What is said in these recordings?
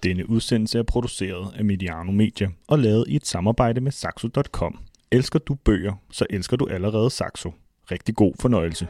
Denne udsendelse er produceret af Mediano Media og lavet i et samarbejde med Saxo.com. Elsker du bøger, så elsker du allerede Saxo. Rigtig god fornøjelse.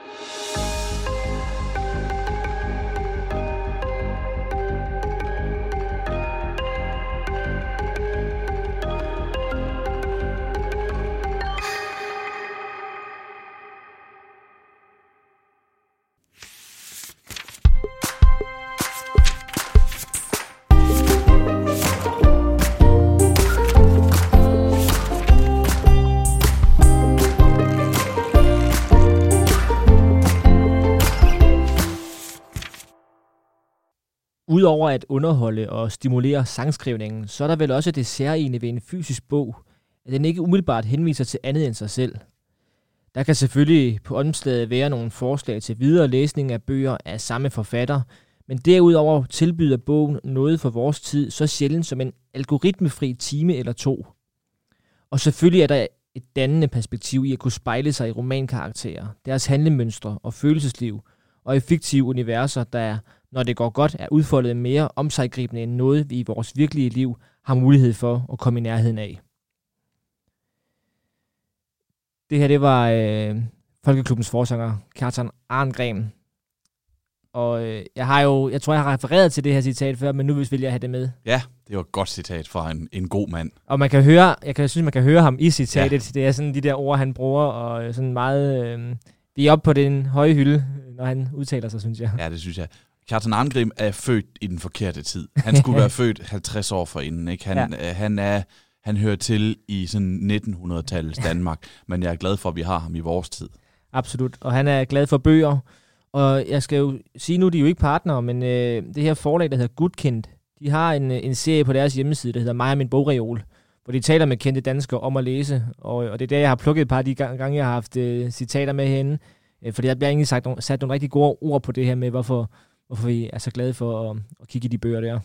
Udover at underholde og stimulere sangskrivningen, så er der vel også det særegne ved en fysisk bog, at den ikke umiddelbart henviser til andet end sig selv. Der kan selvfølgelig på omslaget være nogle forslag til videre læsning af bøger af samme forfatter, men derudover tilbyder bogen noget for vores tid så sjældent som en algoritmefri time eller to. Og selvfølgelig er der et dannende perspektiv i at kunne spejle sig i romankarakterer, deres handlemønstre og følelsesliv, og i fiktive universer, der, når det går godt, er udfoldet mere omsiggribende end noget, vi i vores virkelige liv har mulighed for at komme i nærheden af. Det her, det var Folkeklubbens forsanger, Kjartan Arngrim. Og jeg tror, jeg har refereret til det her citat før, men nu vil jeg have det med. Ja, det var et godt citat fra en god mand. Og man kan høre, man kan høre ham i citatet. Ja. Det er sådan de der ord, han bruger, og sådan meget... vi er oppe på den høje hylde, når han udtaler sig, synes jeg. Ja, det synes jeg. Kjartan Arngrim er født i den forkerte tid. Han skulle være født 50 år forinden, ikke? Han hører til i sådan 1900-tallets Danmark, men jeg er glad for, at vi har ham i vores tid. Absolut, og han er glad for bøger. Og jeg skal jo sige nu, de er jo ikke partnere, men det her forlag, der hedder Gudkind, de har en serie på deres hjemmeside, der hedder Mig og min bogreol, hvor de taler med kendte danskere om at læse. Og det er der, jeg har plukket et par af de gange, jeg har haft citater med herinde. Fordi der bliver egentlig sat nogle rigtig gode ord på det her med, hvorfor vi er så glade for at kigge i de bøger der.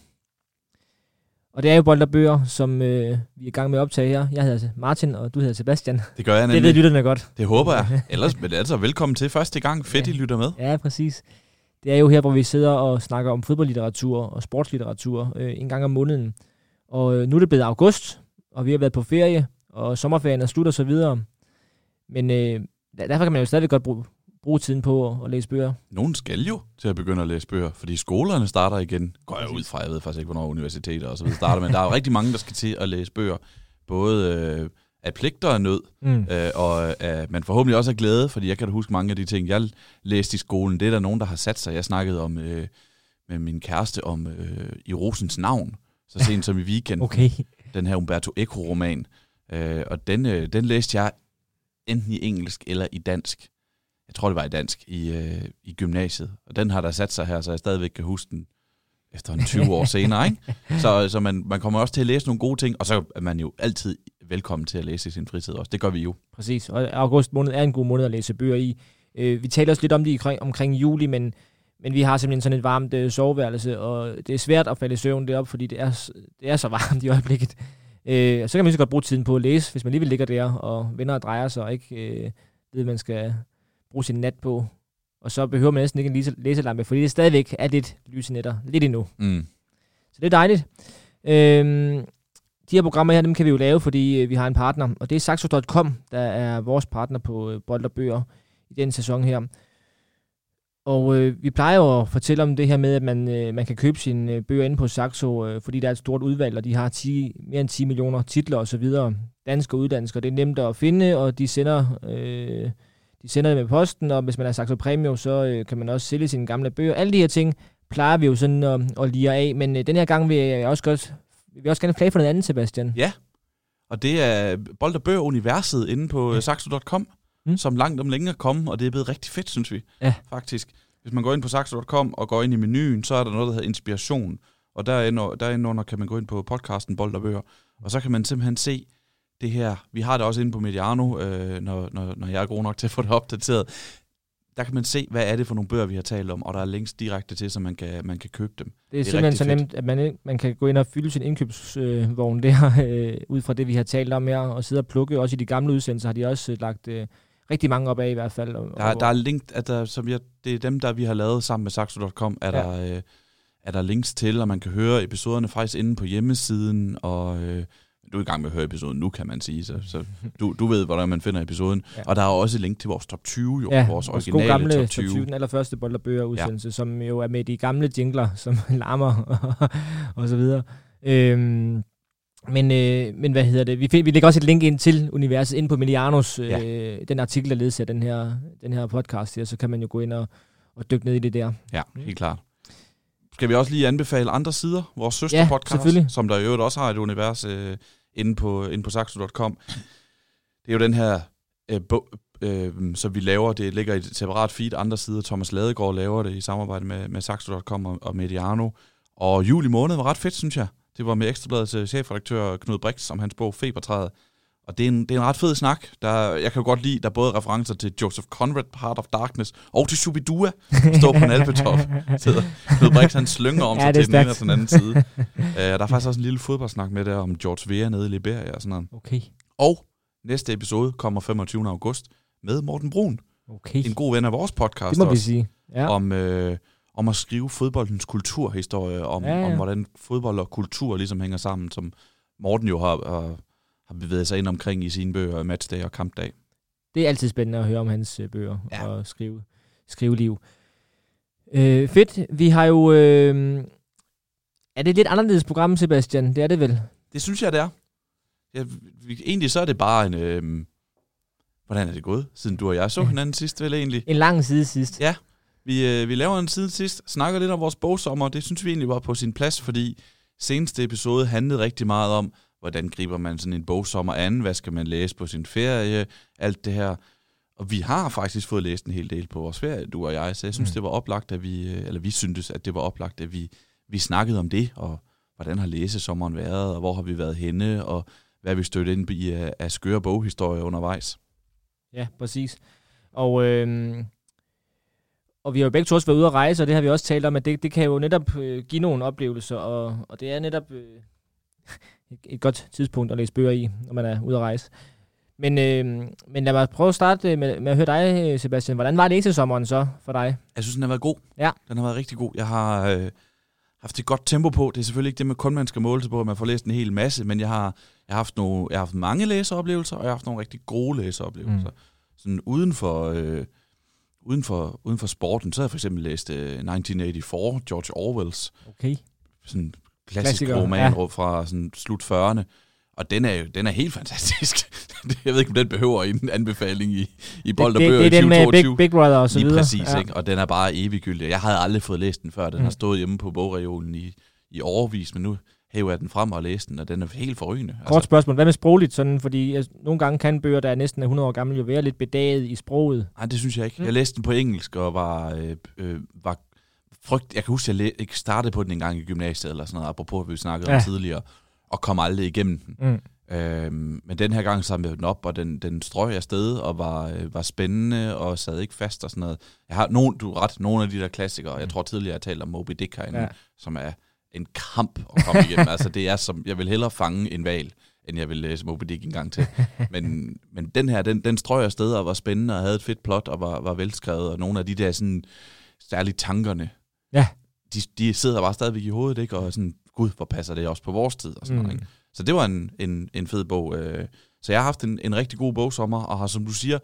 Og det er jo Bold og Bøger, som vi er i gang med at optage her. Jeg hedder Martin, og du hedder Sebastian. Det gør jeg nemlig. Det ved lytterne godt. Det håber jeg. Ellers men altså velkommen til første gang. Fedt, I lytter med. Ja, præcis. Det er jo her, hvor vi sidder og snakker om fodboldlitteratur og sportslitteratur en gang om måneden. Og nu er det blevet august, og vi har været på ferie, og sommerferien er slut og så videre. Men derfor kan man jo stadig godt bruge tiden på at læse bøger. Nogen skal jo til at begynde at læse bøger, fordi skolerne starter igen. Går jeg ud fra, jeg ved faktisk ikke, hvornår universiteter og så videre starter, men der er jo rigtig mange, der skal til at læse bøger. Både af pligter og nød, men forhåbentlig også af glæde, fordi jeg kan da huske mange af de ting, jeg læste i skolen. Det er der nogen, der har sat sig. Jeg snakkede om med min kæreste om I Rosens navn, så sent som i weekenden. Okay. Den her Umberto Eco-roman. Og den læste jeg enten i engelsk eller i dansk. Jeg tror, det var i dansk i gymnasiet. Og den har der sat sig her, så jeg stadigvæk kan huske den efter 20 år senere. Ikke? Så man kommer også til at læse nogle gode ting, og så er man jo altid velkommen til at læse i sin fritid også. Det gør vi jo. Præcis, og august måned er en god måned at læse bøger i. Vi taler også lidt om det omkring juli, men vi har simpelthen sådan et varmt soveværelse, og det er svært at falde i søvn deroppe, fordi det er så varmt i øjeblikket. Så kan man så godt bruge tiden på at læse, hvis man alligevel ligger der og vender og drejer sig, og ikke ved, man skal bruge sin nat på. Og så behøver man næsten ikke en læselampe, fordi det stadigvæk er lidt lyse nætter, lidt endnu. Så det er dejligt. De her programmer her, dem kan vi jo lave, fordi vi har en partner, og det er Saxo.com, der er vores partner på Bold og Bøger i den sæson her. Og vi plejer jo at fortælle om det her med, at man kan købe sine bøger inde på Saxo, fordi der er et stort udvalg, og de har mere end 10 millioner titler osv. Danske og uddanske, og det er nemt at finde, og de sender det med posten, og hvis man er Saxo Premium, så kan man også sælge sine gamle bøger. Alle de her ting plejer vi jo sådan at lire af, men den her gang vil jeg også gerne flage for noget andet, Sebastian. Ja, og det er Bold og Bøger-universet inde på Saxo.com, som langt om længe er kommet, og det er blevet rigtig fedt, synes vi, faktisk. Hvis man går ind på Saxo.com og går ind i menuen, så er der noget, der hedder inspiration, og derinde under kan man gå ind på podcasten Bold og Bøger, og så kan man simpelthen se det her. Vi har det også inde på Mediano, når jeg er god nok til at få det opdateret. Der kan man se, hvad er det for nogle bøger, vi har talt om, og der er links direkte til, så man kan købe dem. Det er simpelthen så nemt, at man kan gå ind og fylde sin indkøbsvogn der, ud fra det, vi har talt om her, og sidde og plukke. Også i de gamle udsendelser har de også lagt rigtig mange op af i hvert fald. Der er link, det er dem, der vi har lavet sammen med Saxo.com, er er der links til, og man kan høre episoderne faktisk inde på hjemmesiden, og du er i gang med at høre episoden nu, kan man sige, så du ved, hvordan man finder episoden. Ja. Og der er også link til vores top 20, jo, vores originale gamle top 20. Top 20, den allerførste Bold og Bøger udsendelse, som jo er med de gamle jingler, som larmer og så videre. Men hvad hedder det? Vi lægger også et link ind til universet, ind på Medianos, den artikel, der ledsager den her podcast her, så kan man jo gå ind og dykke ned i det der. Ja, helt klart. Skal vi også lige anbefale andre sider, vores søsterpodcast, som der i øvrigt også har et univers inde på Saxo.com. Det er jo den her, så vi laver, det ligger i et separat feed, andre sider. Thomas Ladegaard laver det i samarbejde med Saxo.com og Mediano. Og juli måned var ret fedt, synes jeg. Det var med Ekstrabladets chefredaktør Knud Brix om hans bog Febertræet. Og det er en ret fed snak. Jeg kan jo godt lide, der er både referencer til Joseph Conrad, Heart of Darkness, og til Shubidua, står på en alpetop. Knud Brix, han slynger om sig til den ene og den anden side. Der er faktisk også en lille fodboldsnak med der om George Weah nede i Liberia og sådan noget. Okay. Og næste episode kommer 25. august med Morten Brun. Okay. En god ven af vores podcast. Det må vi sige. Ja. Om at skrive fodboldens kulturhistorie, om hvordan fodbold og kultur ligesom hænger sammen, som Morten jo har bevæget sig ind omkring i sine bøger, Matchdag og Kampdag. Det er altid spændende at høre om hans bøger og skriveliv. Fedt. Vi har jo... er det et lidt anderledes program, Sebastian? Det er det vel? Det synes jeg, det er. Egentlig så er det bare en... hvordan er det gået, siden du og jeg så hinanden sidst, vel egentlig? En lang side sidst. Ja. Vi laver en side sidst, snakker lidt om vores bogsommer, det synes vi egentlig var på sin plads, fordi seneste episode handlede rigtig meget om, hvordan griber man sådan en bogsommer an, hvad skal man læse på sin ferie, alt det her. Og vi har faktisk fået læst en hel del på vores ferie, du og jeg, så jeg synes, det var oplagt, at vi syntes, at det var oplagt, at vi snakkede om det, og hvordan har læsesommeren været, og hvor har vi været henne, og hvad vi stødte ind i af skøre boghistorier undervejs. Ja, præcis. Og vi har jo begge to også været ude at rejse, og det har vi også talt om, at det kan jo netop give nogle oplevelser, og det er netop et godt tidspunkt at læse bøger i, når man er ude at rejse. Men lad mig prøve at starte med at høre dig, Sebastian. Hvordan var læsesommeren så for dig? Jeg synes, den har været god. Ja. Den har været rigtig god. Jeg har haft et godt tempo på. Det er selvfølgelig ikke det, man skal måle sig på, at man får læst en hel masse, men jeg har haft mange læseoplevelser, og jeg har haft nogle rigtig gode læseoplevelser. Sådan uden for sporten, så har jeg for eksempel læst 1984, George Orwells. Okay. Sådan klassisk roman fra sådan slut 40'erne. Og den er helt fantastisk. Jeg ved ikke, om den behøver en anbefaling i Bold og Bøger i 2022. Det er den med Big Brother og så videre. Lige præcis, ikke? Og den er bare eviggyldig. Jeg havde aldrig fået læst den før. Den har stået hjemme på bogreolen i årevis, men nu hæver jeg den frem og læser den, og den er helt forrygende. Kort spørgsmål. Hvad med sprogligt? Sådan, fordi nogle gange kan bøger, der er næsten 100 år gamle, jo være lidt bedaget i sproget. Nej, det synes jeg ikke. Jeg læste den på engelsk og var jeg kan huske, at jeg ikke startede på den en gang i gymnasiet, eller sådan noget, apropos, at vi snakkede om tidligere, og kom aldrig igennem den. Men den her gang samlede jeg den op, og den strøg afsted, og var spændende, og sad ikke fast og sådan noget. Jeg har nogle af de der klassikere, jeg tror tidligere, jeg talte om Moby Dick herinde, som er en kamp at komme igennem. Altså, det er som, jeg vil hellere fange en hval, end jeg vil læse Moby Dick en gang til. Men den her, den strøg afsted, og var spændende, og havde et fedt plot, og var velskrevet, og nogle af de der sådan, særligt tankerne, de sidder bare stadigvæk i hovedet, ikke? Og sådan, gud, hvor passer det også på vores tid, og sådan noget, ikke? Så det var en fed bog. Så jeg har haft en rigtig god bogsommer, og har, som du siger,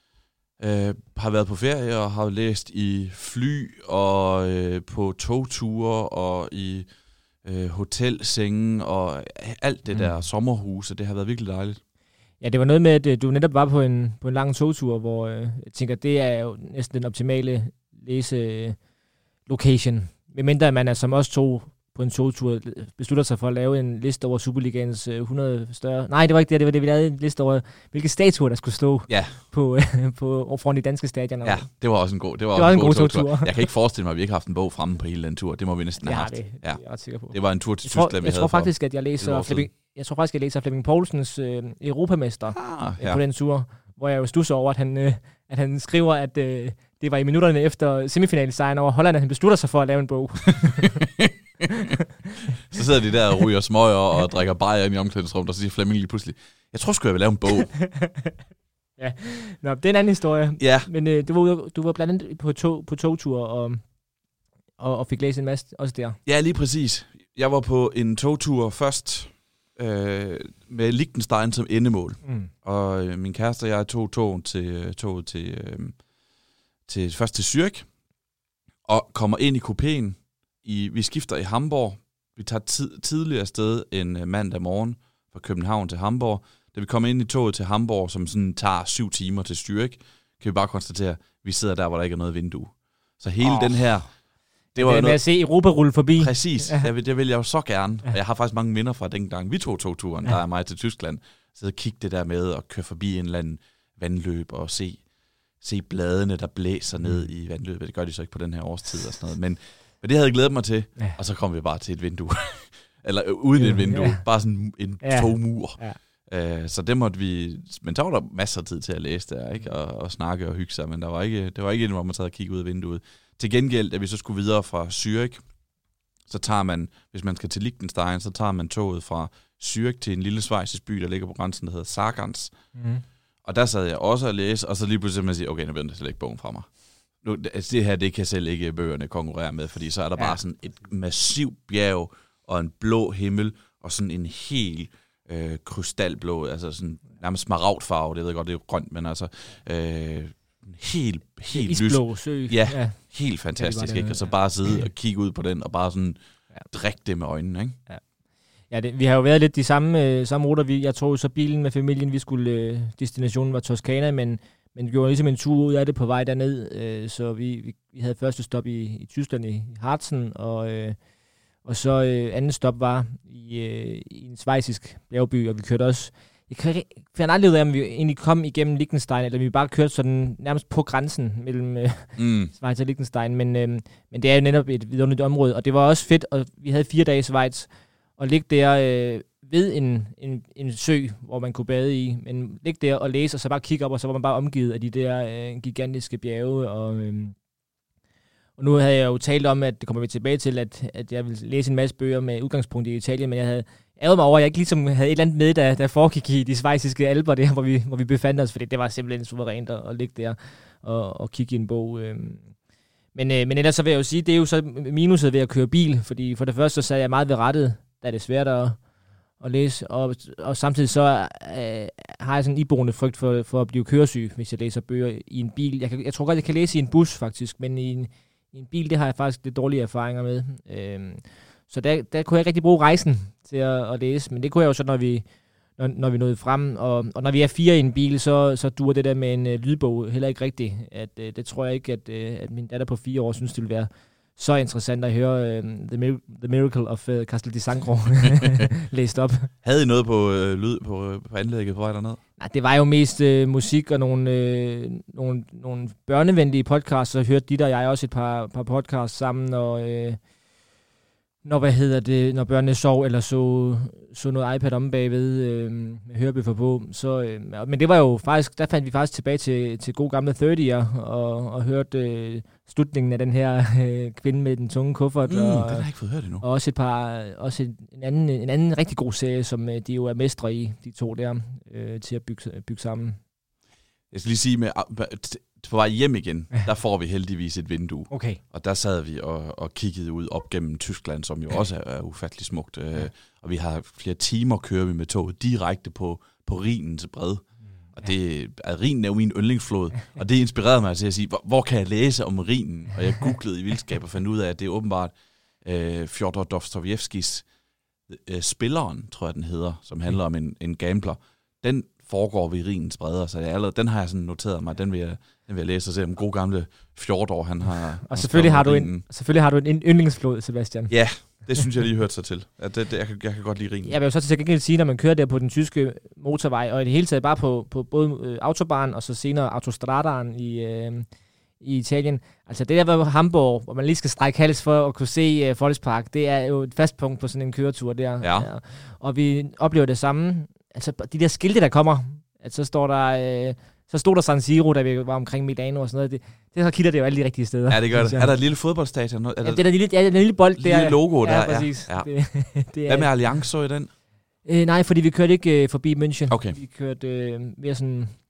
har været på ferie, og har læst i fly, og på togture, og i hotelsenge, og alt det der sommerhuse. Det har været virkelig dejligt. Ja, det var noget med, at du netop var på en lang togtur, hvor jeg tænker, det er jo næsten den optimale læse-location. Medmindre man er som os to på en togtur beslutter sig for at lave en liste over Superligaens 100 større... Nej, det var ikke det. Det var det, vi lavede en liste over, hvilke statuer, der skulle stå på foran de danske stadioner. Ja, det var også en god, det var en god togtur. Jeg kan ikke forestille mig, at vi ikke har haft en bog fremme på hele den tur. Det må vi næsten have haft. Det er jeg ret sikker på. Det var en tur til Tyskland, vi havde. Jeg tror faktisk, at jeg læser Flemming Poulsens europamester på den tur, hvor jeg jo stusser over, at han skriver, at det var i minutterne efter semifinalesejren over Holland, at han beslutter sig for at lave en bog. Så sidder de der og ryger smøger og drikker bajer i omklædningsrummet, og så siger Flemming lige pludselig, jeg tror sgu, jeg vil lave en bog. Ja, det er en anden historie. Ja. Men du var blandt andet på togtur, og og fik læst en masse også der. Ja, lige præcis. Jeg var på en togtur først med Liechtenstein som endemål. Og min kæreste og jeg tog toget til først til Zürich, og kommer ind i kupéen. Vi skifter i Hamburg. Vi tager tidligere afsted en mandag morgen fra København til Hamburg. Da vi kommer ind i toget til Hamburg, som sådan tager 7 timer til Zürich, kan vi bare konstatere, at vi sidder der, hvor der ikke er noget vindue. Så hele den her... Det var med at se Europa rulle forbi. Præcis, det vil jeg jo så gerne. Og jeg har faktisk mange minder fra dengang, vi tog togturen, der er mig til Tyskland. Så kigge det der med at køre forbi en eller anden vandløb og se bladene, der blæser ned i vandløbet. Det gør de så ikke på den her årstid og sådan noget. Men det havde jeg glædet mig til, og så kom vi bare til et vindue. Eller uden et vindue, bare sådan en togmur. Så det måtte vi... Men der var der masser af tid til at læse der, ikke? Og snakke og hygge sig, men det var ikke en, hvor man sad og kiggede ud af vinduet. Til gengæld, da vi så skulle videre fra Zürich, så tager man, hvis man skal til Liechtenstein, så tager man toget fra Zürich til en lille schweizisk by, der ligger på grænsen, der hedder Sargans. Og der sad jeg også og læste, og så lige pludselig sige, okay, nu bliver jeg slet ikke bogen fra mig. Nu, altså det her, det kan selv ikke bøgerne konkurrere med, fordi så er der bare sådan et massivt bjerg, og en blå himmel, og sådan en helt krystalblå, altså sådan nærmest smaragdfarve, det ved jeg godt, det er grønt, men altså helt isblå sø. Ja, helt fantastisk, ikke? Og så bare sidde og kigge ud på den, og bare sådan drikke det med øjnene, ikke? Ja, vi har jo været lidt de samme ruter. Jeg tog så bilen med familien, vi skulle, destinationen var Toskana, men vi gjorde ligesom en tur ud af det på vej derned, så vi havde første stop i Tyskland, i Harzen, og så anden stop var i en schweizisk bjergby, og vi kørte også... Jeg fandt aldrig ud af, om vi egentlig kom igennem Liechtenstein, eller vi bare kørte sådan nærmest på grænsen mellem Schweiz og Liechtenstein, men det er jo netop et vidunderligt område, og det var også fedt, og vi havde 4 dage i Schweiz, og ligge der ved en sø, hvor man kunne bade i, men ligge der og læse, og så bare kigge op, og så var man bare omgivet af de der gigantiske bjerge, og nu havde jeg jo talt om, at det kommer vi tilbage til, at jeg vil læse en masse bøger med udgangspunkt i Italien, men jeg havde ærget mig over, at jeg ikke ligesom havde et eller andet med, der foregik i de schweiziske alper der, hvor vi befandt os, fordi det var simpelthen suverænt at ligge der og kigge i en bog. Men ellers så vil jeg jo sige, det er jo så minuset ved at køre bil, fordi for det første så sad jeg meget ved rattet, da det er svært at læse, og samtidig så har jeg sådan en iboende frygt for at blive køresyg, hvis jeg læser bøger i en bil. Jeg tror godt, jeg kan læse i en bus faktisk, men i en bil, det har jeg faktisk lidt dårlige erfaringer med. Så der kunne jeg rigtig bruge rejsen til at læse, men det kunne jeg jo så, når vi nåede frem, og når vi er 4 i en bil, så duer det der med en lydbog heller ikke rigtigt. Det tror jeg ikke, at min datter på 4 år synes, det ville være så interessant at høre The Miracle of Castel di Sangro læst op. Havde I noget på lyd på anlægget på vej derned? Nej, det var jo mest musik og nogle børnevenlige podcasts, så hørte de der og jeg også et par podcasts sammen, når børnene sov, eller så noget iPad om bagved med hørebøffer på. Men det var jo faktisk, der fandt vi faktisk tilbage til gode gamle 30'er, og hørte slutningen af den her kvinde med den tunge kuffert. Den har jeg ikke fået hørt endnu. Og også en anden rigtig god serie, som de jo er mestre i, de to der, til at bygge sammen. Jeg skal lige sige, på vej hjem igen, der får vi heldigvis et vindue. Okay. Og der sad vi og kiggede ud op gennem Tyskland, som jo også er ufattelig smukt. Og vi har flere timer kører vi med toget direkte på Rhinens bred. Og Rhinen er jo min yndlingsflod, og det inspirerede mig til at sige, hvor kan jeg læse om Rhinen? Og jeg googlede i vildskab og fandt ud af, at det er åbenbart Fjodor Dostojevskijs Spilleren, tror jeg den hedder, som handler om en gambler. Den foregår ved Rhinens bredder, så den har jeg sådan noteret mig, den vil jeg læse og se om god gamle Fjodor, han har... Og selvfølgelig har du en yndlingsflod, Sebastian. Ja, det synes jeg lige hørte sig til. Jeg kan godt lide Rhinen. Jeg vil jo så til gengæld sige, når man kører der på den tyske motorvej, og i det hele taget bare på både Autobahn og så senere Autostradaren i Italien. Altså det der ved Hamburg, hvor man lige skal strække hals for at kunne se Volkspark, det er jo et fast punkt på sådan en køretur der. Ja. Og vi oplever det samme. Altså de der skilte, der kommer, at så stod der San Siro, da vi var omkring Milano og sådan noget. Det så kilder det jo alle de rigtige steder. Ja, det gør det. Er der et lille fodboldstadion? Ja, det er den lille bold der. Lille logo der, ja. Præcis. Ja. Hvad med Allianz så i den? Nej, fordi vi kørte ikke forbi München. Okay. Vi kørte mere sådan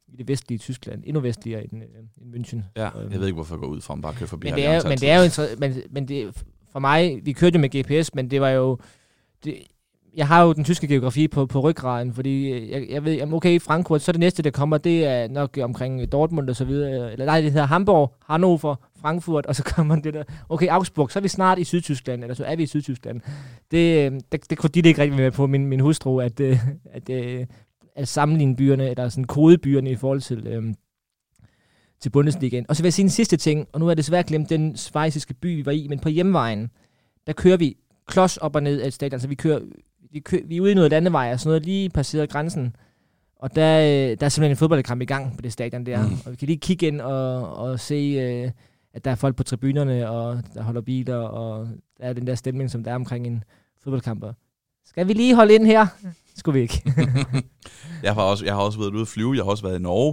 i det vestlige Tyskland, endnu vestligere end München. Ja, jeg ved ikke, hvorfor jeg går ud fra, bare køre forbi. Men det er jo men det, for mig, vi kørte jo med GPS, men det var jo... Jeg har jo den tyske geografi på ryggraden, fordi jeg ved, okay, Frankfurt, så det næste, der kommer, det er nok omkring Dortmund og så videre. Eller nej, det hedder Hamburg, Hannover, Frankfurt, og så kommer det der. Okay, Augsburg, så er vi snart i Sydtyskland, eller så er vi i Sydtyskland. Det kunne de ikke rigtig med på, min hustru, at sammenligne byerne, eller sådan kodebyerne i forhold til Bundesligaen. Og så vil jeg sige en sidste ting, og nu er det desværre glemt den schweiziske by, vi var i, men på hjemvejen, der kører vi klods op og ned af et stadion, altså vi er ude i noget landevej, og sådan noget lige passeret grænsen, og der er simpelthen en fodboldkamp i gang på det stadion der, og vi kan lige kigge ind og se, at der er folk på tribunerne, og der holder biler, og der er den der stemning, som der er omkring en fodboldkamp. Skal vi lige holde ind her? Skulle vi ikke. Jeg har også været ude at flyve, jeg har også været i Norge,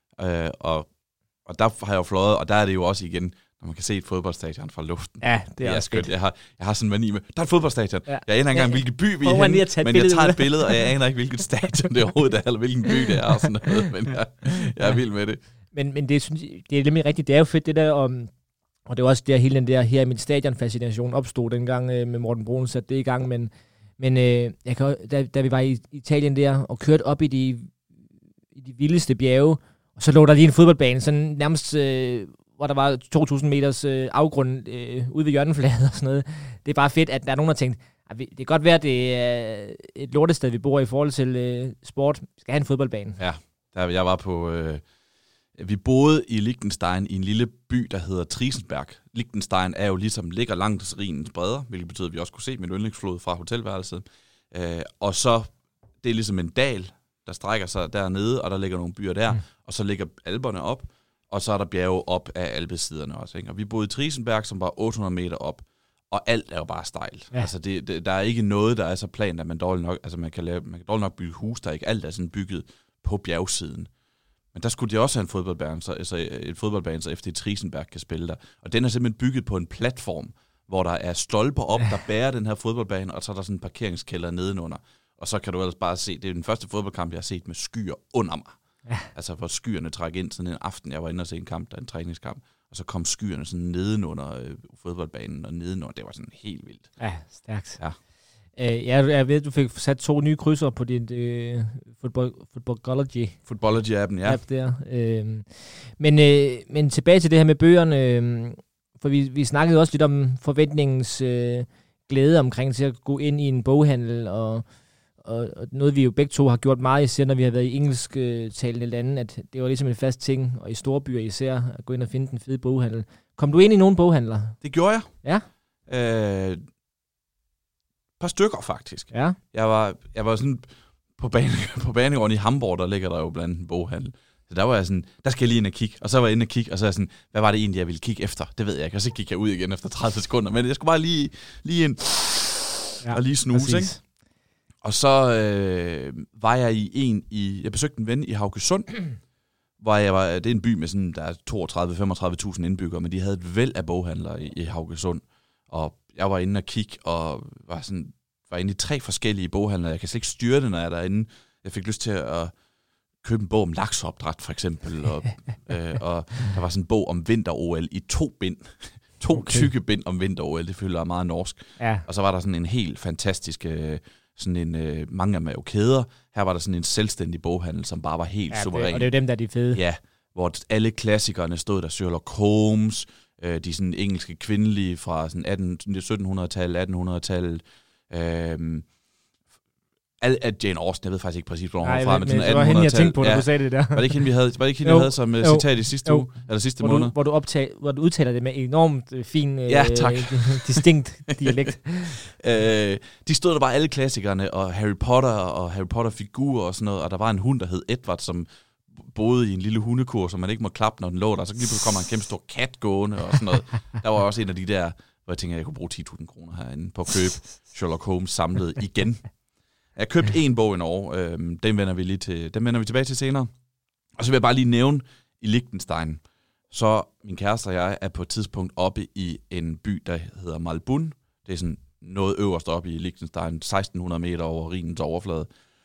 og der har jeg jo fløjet, og der er det jo også igen, når man kan se et fodboldstadion fra luften. Ja, det er skønt. Jeg har sådan en mani med, der er et fodboldstadion. Ja. Jeg aner ikke engang, hvilken by vi er henne, men jeg tager et billede, og jeg aner ikke, hvilket stadion det overhovedet er, eller hvilken by det er, og sådan noget, men jeg er vild med det. Men det er nemlig rigtigt, det er jo fedt det der, og det var også der hele den der her, min stadionfascination opstod dengang med Morten Brun, satte det i gang, men da vi var i Italien der, og kørte op i de vildeste bjerge, og så lå der lige en fodboldbane, sådan nærmest... hvor der var 2.000 meters afgrund ude ved hjørnefladet og sådan noget. Det er bare fedt, at der er nogen, der har tænkt, det kan godt være, at det er et lortested, vi bor i forhold til sport. Vi skal have en fodboldbane. Ja, jeg var på... vi boede i Liechtenstein i en lille by, der hedder Triesenberg. Liechtenstein er jo ligesom ligger langs Rhinens bredder, hvilket betyder, at vi også kunne se min yndlingsflod fra hotelværelset. Og så, det er ligesom en dal, der strækker sig dernede, og der ligger nogle byer der, og så ligger Alperne op, og så er der bjerge op af alpesiderne også. Ikke? Og vi boede i Triesenberg, som var 800 meter op, og alt er jo bare stejlt. Ja. Altså der er ikke noget, der er så plant, at man dårligt nok, altså man kan dårligt nok bygge hus, der ikke alt er sådan bygget på bjergsiden. Men der skulle de også have en fodboldbane, så FC Triesenberg kan spille der. Og den er simpelthen bygget på en platform, hvor der er stolper op, der bærer den her fodboldbane, og så er der sådan en parkeringskælder nedenunder. Og så kan du ellers bare se, det er den første fodboldkamp, jeg har set med skyer under mig. Ja. Altså hvor skyerne trak ind sådan en aften, jeg var inde og se en kamp, der en træningskamp, og så kom skyerne sådan nedenunder fodboldbanen, og nedenunder, det var sådan helt vildt. Ja, stærkt. Ja. Jeg ved, du fik sat 2 nye krydser på din Footballogy-appen, ja. App der. Men tilbage til det her med bøgerne, for vi snakkede også lidt om forventningens glæde omkring til at gå ind i en boghandel, og noget vi jo begge to har gjort meget, især når vi har været i engelsktalende lande, at det var ligesom en fast ting, og i store byer især, at gå ind og finde den fede boghandel. Kom du ind i nogle boghandler? Det gjorde jeg. Ja? Par stykker faktisk. Ja. Jeg var sådan på banegården i Hamburg, der ligger der jo blandt en boghandel. Så der var jeg sådan, der skal jeg lige ind og kigge. Og så var jeg inde og kigge, og så er jeg sådan, hvad var det egentlig, jeg ville kigge efter? Det ved jeg ikke. Og så gik jeg ud igen efter 30 sekunder. Men jeg skulle bare lige ind og lige snuse, ikke? Og så var jeg jeg besøgte en ven i Haugesund, hvor det er en by med sådan, der er 32-35.000 indbyggere, men de havde et væld af boghandlere i Haugesund. Og jeg var inde og kigge, og var inde i 3 forskellige boghandlere. Jeg kan slet ikke styre det, når jeg er derinde. Jeg fik lyst til at købe en bog om lakseopdræt, for eksempel. Og der var sådan en bog om vinter-OL i 2 bind. 2 tykke bind om vinter-OL, det føler jeg meget norsk. Ja. Og så var der sådan en helt fantastisk... sådan en mange med kæder. Her var der sådan en selvstændig boghandel, som bare var helt suveræn. Og det er jo dem, der er de fede. Ja, hvor alle klassikerne stod der. Sherlock Holmes, de sådan engelske kvindelige fra sådan 1700-tallet, 1800-tallet. Alt Jane Austen, jeg ved faktisk ikke præcis, hvor hun var fra. Men det var hende, jeg tænkte på, når du sagde det der. Var det ikke hende, vi havde som citat i sidste uge? Eller sidste måned? Hvor du udtaler det med enormt fin, distinkt dialekt. De stod der bare alle klassikerne, og Harry Potter-figurer og sådan noget, og der var en hund, der hed Edward, som boede i en lille hundekur, som man ikke må klappe, når den lå der. Så lige pludselig kommer en kæmpe stor kat gående og sådan noget. Der var også en af de der, hvor jeg tænkte, at jeg kunne bruge 10.000 kroner herinde på at købe Sherlock Holmes samlet igen. Jeg købte 1 bog i Norge, den vender vi tilbage til senere. Og så vil jeg bare lige nævne i Liechtenstein, så min kæreste og jeg er på et tidspunkt oppe i en by, der hedder Malbun. Det er sådan noget øverst oppe i Liechtenstein, 1600 meter over Rhinens overflade.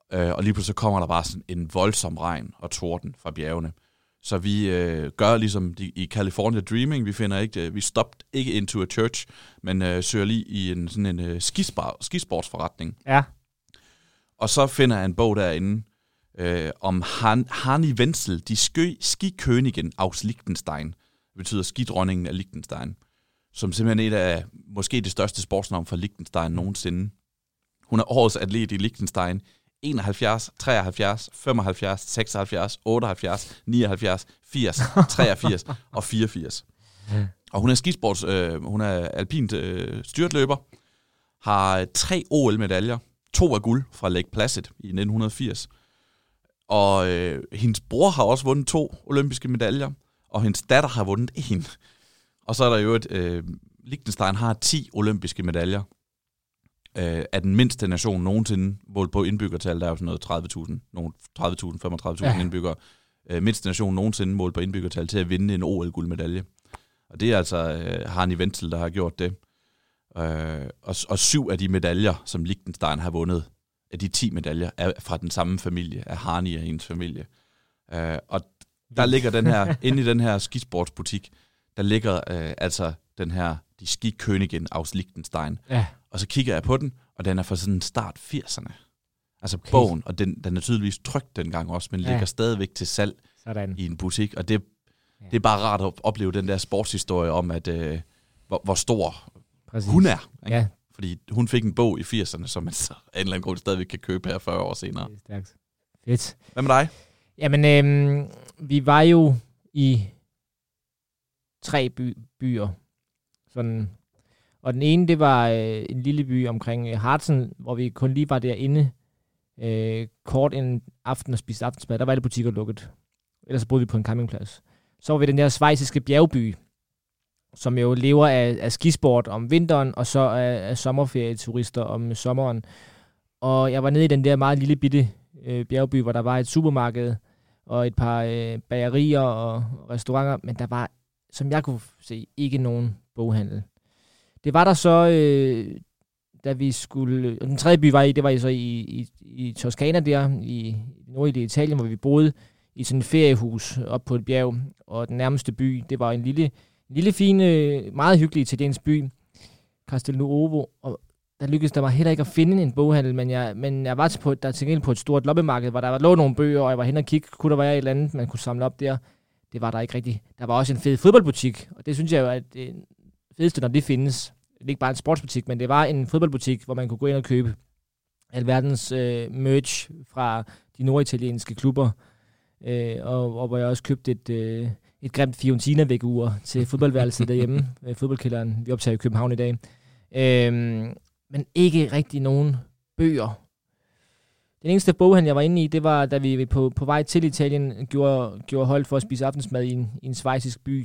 Og lige pludselig kommer der bare sådan en voldsom regn og torden fra bjergene. Så vi gør ligesom i California Dreaming. Vi stoppede ikke into a church, men søger lige i sådan en skisportsforretning. Ja. Og så finder jeg en bog derinde om Hani Wenzel, die Skikönigin aus Liechtenstein. Det betyder skidronningen af Liechtenstein. Som simpelthen et af måske det største sportsnavn for Liechtenstein nogensinde. Hun er årets atlet i Liechtenstein. 71, 73, 75, 76, 78, 79, 80, 83 og 84. Og hun er hun er alpint styrtløber, har 3 OL-medaljer, 2 af guld fra Lake Placid i 1980. Og hendes bror har også vundet 2 olympiske medaljer, og hendes datter har vundet 1. Og så er der jo Liechtenstein har 10 olympiske medaljer. Er den mindste nation nogensinde målt på indbyggertal, der er jo sådan noget 30.000, 35.000 indbyggere. Mindste nation nogensinde målt på indbyggertal til at vinde en OL-guldmedalje. Og det er altså Hani Wenzel, der har gjort det. Og 7 af de medaljer, som Liechtenstein har vundet, af de 10 medaljer, er fra den samme familie, af Hani og hendes familie. Og der ligger den her, inde i den her skisportsbutik, der ligger altså den her, die Skikönigin aus Liechtenstein. Ja. Og så kigger jeg på den, og den er fra sådan start 80'erne. Altså okay. Bogen, og den er tydeligvis trykt dengang også, men ligger stadigvæk til salg i en butik. Og det er bare rart at opleve den der sportshistorie om, at hvor stor hun er. Ikke? Ja. Fordi hun fik en bog i 80'erne, som man så af en eller anden grund stadigvæk kan købe her 40 år senere. Det er stærkt. Fedt. Hvad med dig? Jamen, vi var jo i 3 byer. Sådan. Og den ene, det var en lille by omkring Harzen, hvor vi kun lige var derinde kort en aften og spiste aftensmad. Der var alle butikker lukket. Ellers boede vi på en campingplads. Så var vi den der schweiziske bjergby, som jo lever af skisport om vinteren, og så af sommerferieturister om sommeren. Og jeg var nede i den der meget lille bitte bjergby, hvor der var et supermarked og et par bagerier og restauranter, men der var, som jeg kunne se, ikke nogen boghandel. Det var der så, da vi skulle... Og den tredje by det var så i Toskana der, i nordlige Italien, hvor vi boede i sådan et feriehus op på et bjerg. Og den nærmeste by, det var en lille fin, meget hyggelig italiensk by, Castelnuovo. Og der lykkedes der mig heller ikke at finde en boghandel, men jeg var til gengæld på et stort loppemarked, hvor der lå nogle bøger, og jeg var hen og kigge, kunne der være et eller andet, man kunne samle op der. Det var der ikke rigtigt. Der var også en fed fodboldbutik, og det synes jeg jo, at fedeste, når det findes. Det er ikke bare en sportsbutik, men det var en fodboldbutik, hvor man kunne gå ind og købe alverdens merch fra de norditalienske klubber. Og hvor jeg også købte et grimt Fiorentina-vækkeur til fodboldværelset derhjemme, fodboldkælderen. Vi optager i København i dag. Men ikke rigtig nogen bøger. Den eneste boghandel, jeg var inde i, det var, da vi på vej til Italien gjorde hold for at spise aftensmad i en schweizisk by.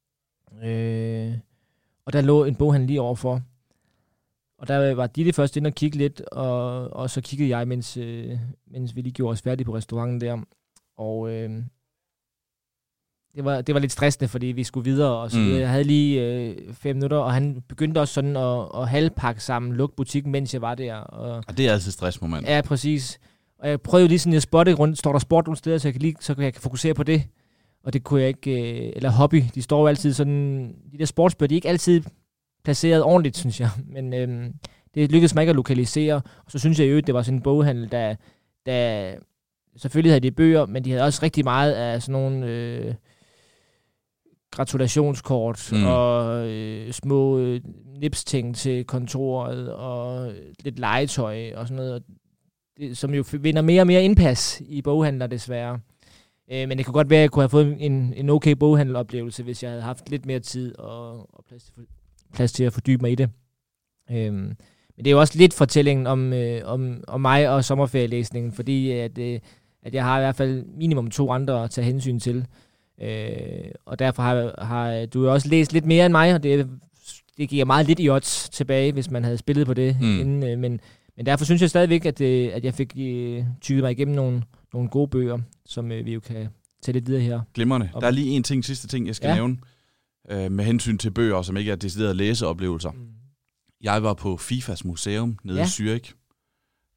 Og der lå en boghandel lige overfor. Og der var de det først inde og kigge lidt, og så kiggede jeg, mens vi lige gjorde os færdige på restauranten der. Og det var lidt stressende, fordi vi skulle videre, og så jeg havde lige 5 minutter, og han begyndte også sådan at halvpakke sammen, lukke butikken, mens jeg var der. Og det er altid et stressmoment. Ja, præcis. Og jeg prøvede lige sådan at spotte rundt, står der sport nogle steder, så jeg kan fokusere på det. Og det kunne jeg ikke, eller hobby, de står jo altid sådan, de der sportsbøger, de er ikke altid placeret ordentligt, synes jeg. Men det lykkedes mig ikke at lokalisere, og så synes jeg jo, det var sådan en boghandel, der selvfølgelig havde de bøger, men de havde også rigtig meget af sådan nogle gratulationskort og små nipsting til kontoret og lidt legetøj og sådan noget, som jo vinder mere og mere indpas i boghandler desværre. Men det kunne godt være, at jeg kunne have fået en okay boghandeloplevelse, hvis jeg havde haft lidt mere tid og plads til at fordybe mig i det. Men det er jo også lidt fortællingen om mig og sommerferielæsningen, fordi at jeg har i hvert fald minimum 2 andre at tage hensyn til. Og derfor har du jo også læst lidt mere end mig, og det giver meget lidt i odds tilbage, hvis man havde spillet på det inden. Men derfor synes jeg stadigvæk, at jeg fik tykket mig igennem nogle gode bøger, som vi jo kan tage lidt videre her. Glimrende. Der er lige sidste ting, jeg skal nævne, med hensyn til bøger, som ikke er deciderede læseoplevelser. Jeg var på FIFAs museum nede i Zürich,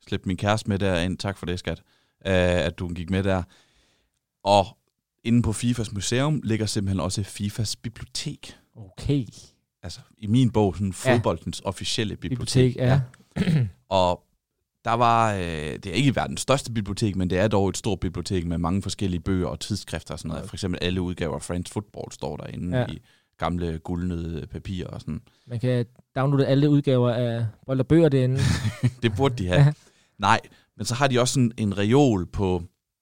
slæbte min kæreste med derind. Tak for det, skat, at du gik med der. Og inde på FIFAs museum ligger simpelthen også FIFAs bibliotek. Okay. Altså i min bog, sådan fodboldens officielle bibliotek. Ja. Og der var, det er ikke verdens største bibliotek, men det er dog et stort bibliotek med mange forskellige bøger og tidsskrifter og sådan noget. For eksempel alle udgaver af France Football står derinde i gamle guldnede papirer og sådan. Man kan downloade alle udgaver af Bold og Bøger derinde. Det burde de have. Nej, men så har de også sådan en reol på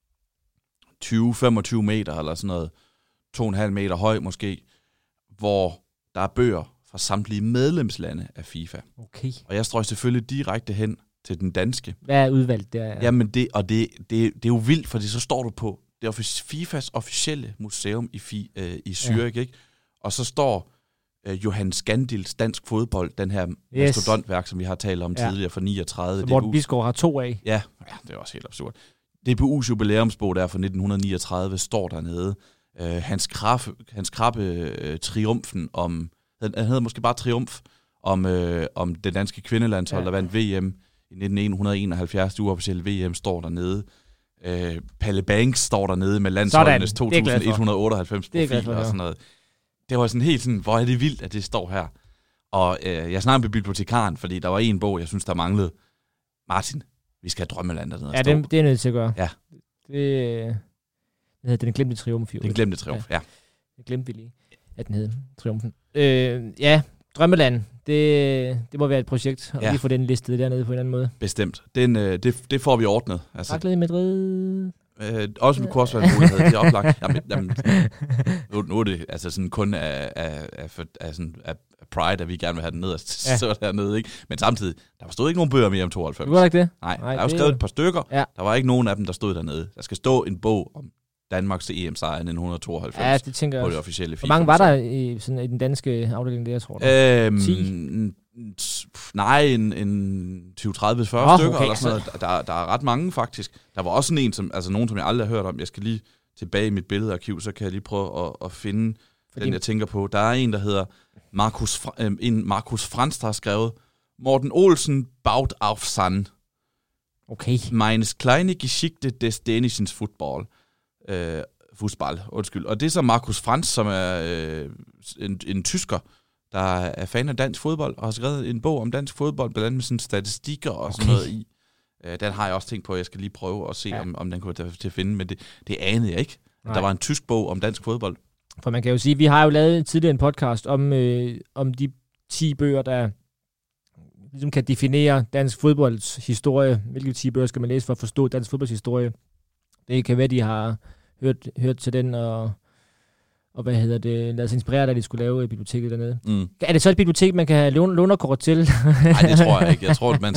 20-25 meter eller sådan noget, 2,5 meter høj måske, hvor der er bøger fra samtlige medlemslande af FIFA. Okay. Og jeg strøg selvfølgelig direkte hen til den danske. Hvad er udvalgt der? Ja. Jamen det er jo vildt, fordi så står du på det er FIFAs officielle museum i Zürich, ikke? Og så står Johannes Gandils dansk fodbold, den her mastodontværk, som vi har talt om tidligere fra 39. Så Morten Bisgaard har 2 af. Ja, det er også helt absurd. DBU's jubilæumsbog der fra 1939 står dernede. Hans Krabbe triumfen om, han hedder måske bare Triumf, om det danske kvindelandshold, der vandt VM i 1971, det uofficielle VM, står dernede. Palle Banks står dernede med landsholdenes 2198 profiler og sådan noget. Det var sådan helt sådan, hvor er det vildt, at det står her. Og jeg snakkede med bibliotekaren, fordi der var en bog, jeg synes, der manglede. Martin, vi skal have Drømmeland dernede. Ja, det er nødt til at gøre. Ja. Det hedder Den Glemte Triumf. Den Glemte Triumf, ja. Det glemte vi lige, at den hed Triumfen. Drømmeland, det må være et projekt, og lige få den listet dernede på en anden måde. Bestemt. Det får vi ordnet. Altså. Raklet i Madrid. Også med kunne også være en mulighed. Det er oplagt. Jamen, nu er det altså sådan kun af pride, at vi gerne vil have den nederst så dernede, ikke? Men samtidig, der stod ikke nogen bøger mere om 92. Det var ikke det? Nej, der er jo skrevet et par stykker. Ja. Der var ikke nogen af dem, der stod dernede. Der skal stå en bog om Danmarks EM-sejr i 1992 det tænker jeg på det officielle FIFA. Hvor mange var der i den danske afdeling, det jeg tror? 10? Nej, en 20-30-40 stykker eller sådan noget. Der er ret mange faktisk. Der var også sådan nogen, som jeg aldrig har hørt om. Jeg skal lige tilbage i mit billedarkiv, så kan jeg lige prøve at finde den, jeg tænker på. Der er en, der hedder Markus Franz, der har skrevet Morten Olsen baut auf Sand. Okay. Meines kleine Geschichte des dänischen Football. Fußball. Og det er så Markus Franz, som er en tysker, der er fan af dansk fodbold, og har skrevet en bog om dansk fodbold, blandt andet med sådan statistikker og sådan noget i. Den har jeg også tænkt på, at jeg skal lige prøve at se, om den kunne til at finde, men det anede jeg ikke. Der var en tysk bog om dansk fodbold. For man kan jo sige, vi har jo lavet tidligere en podcast om de 10 bøger, der ligesom kan definere dansk fodbolds historie. Hvilke 10 bøger skal man læse for at forstå dansk fodbolds historie? Det kan være, de har hørt til den, og lad os inspirere, da de skulle lave biblioteket dernede. Mm. Er det så et bibliotek, man kan have lånerkort til? Nej, det tror jeg ikke. Jeg tror, at man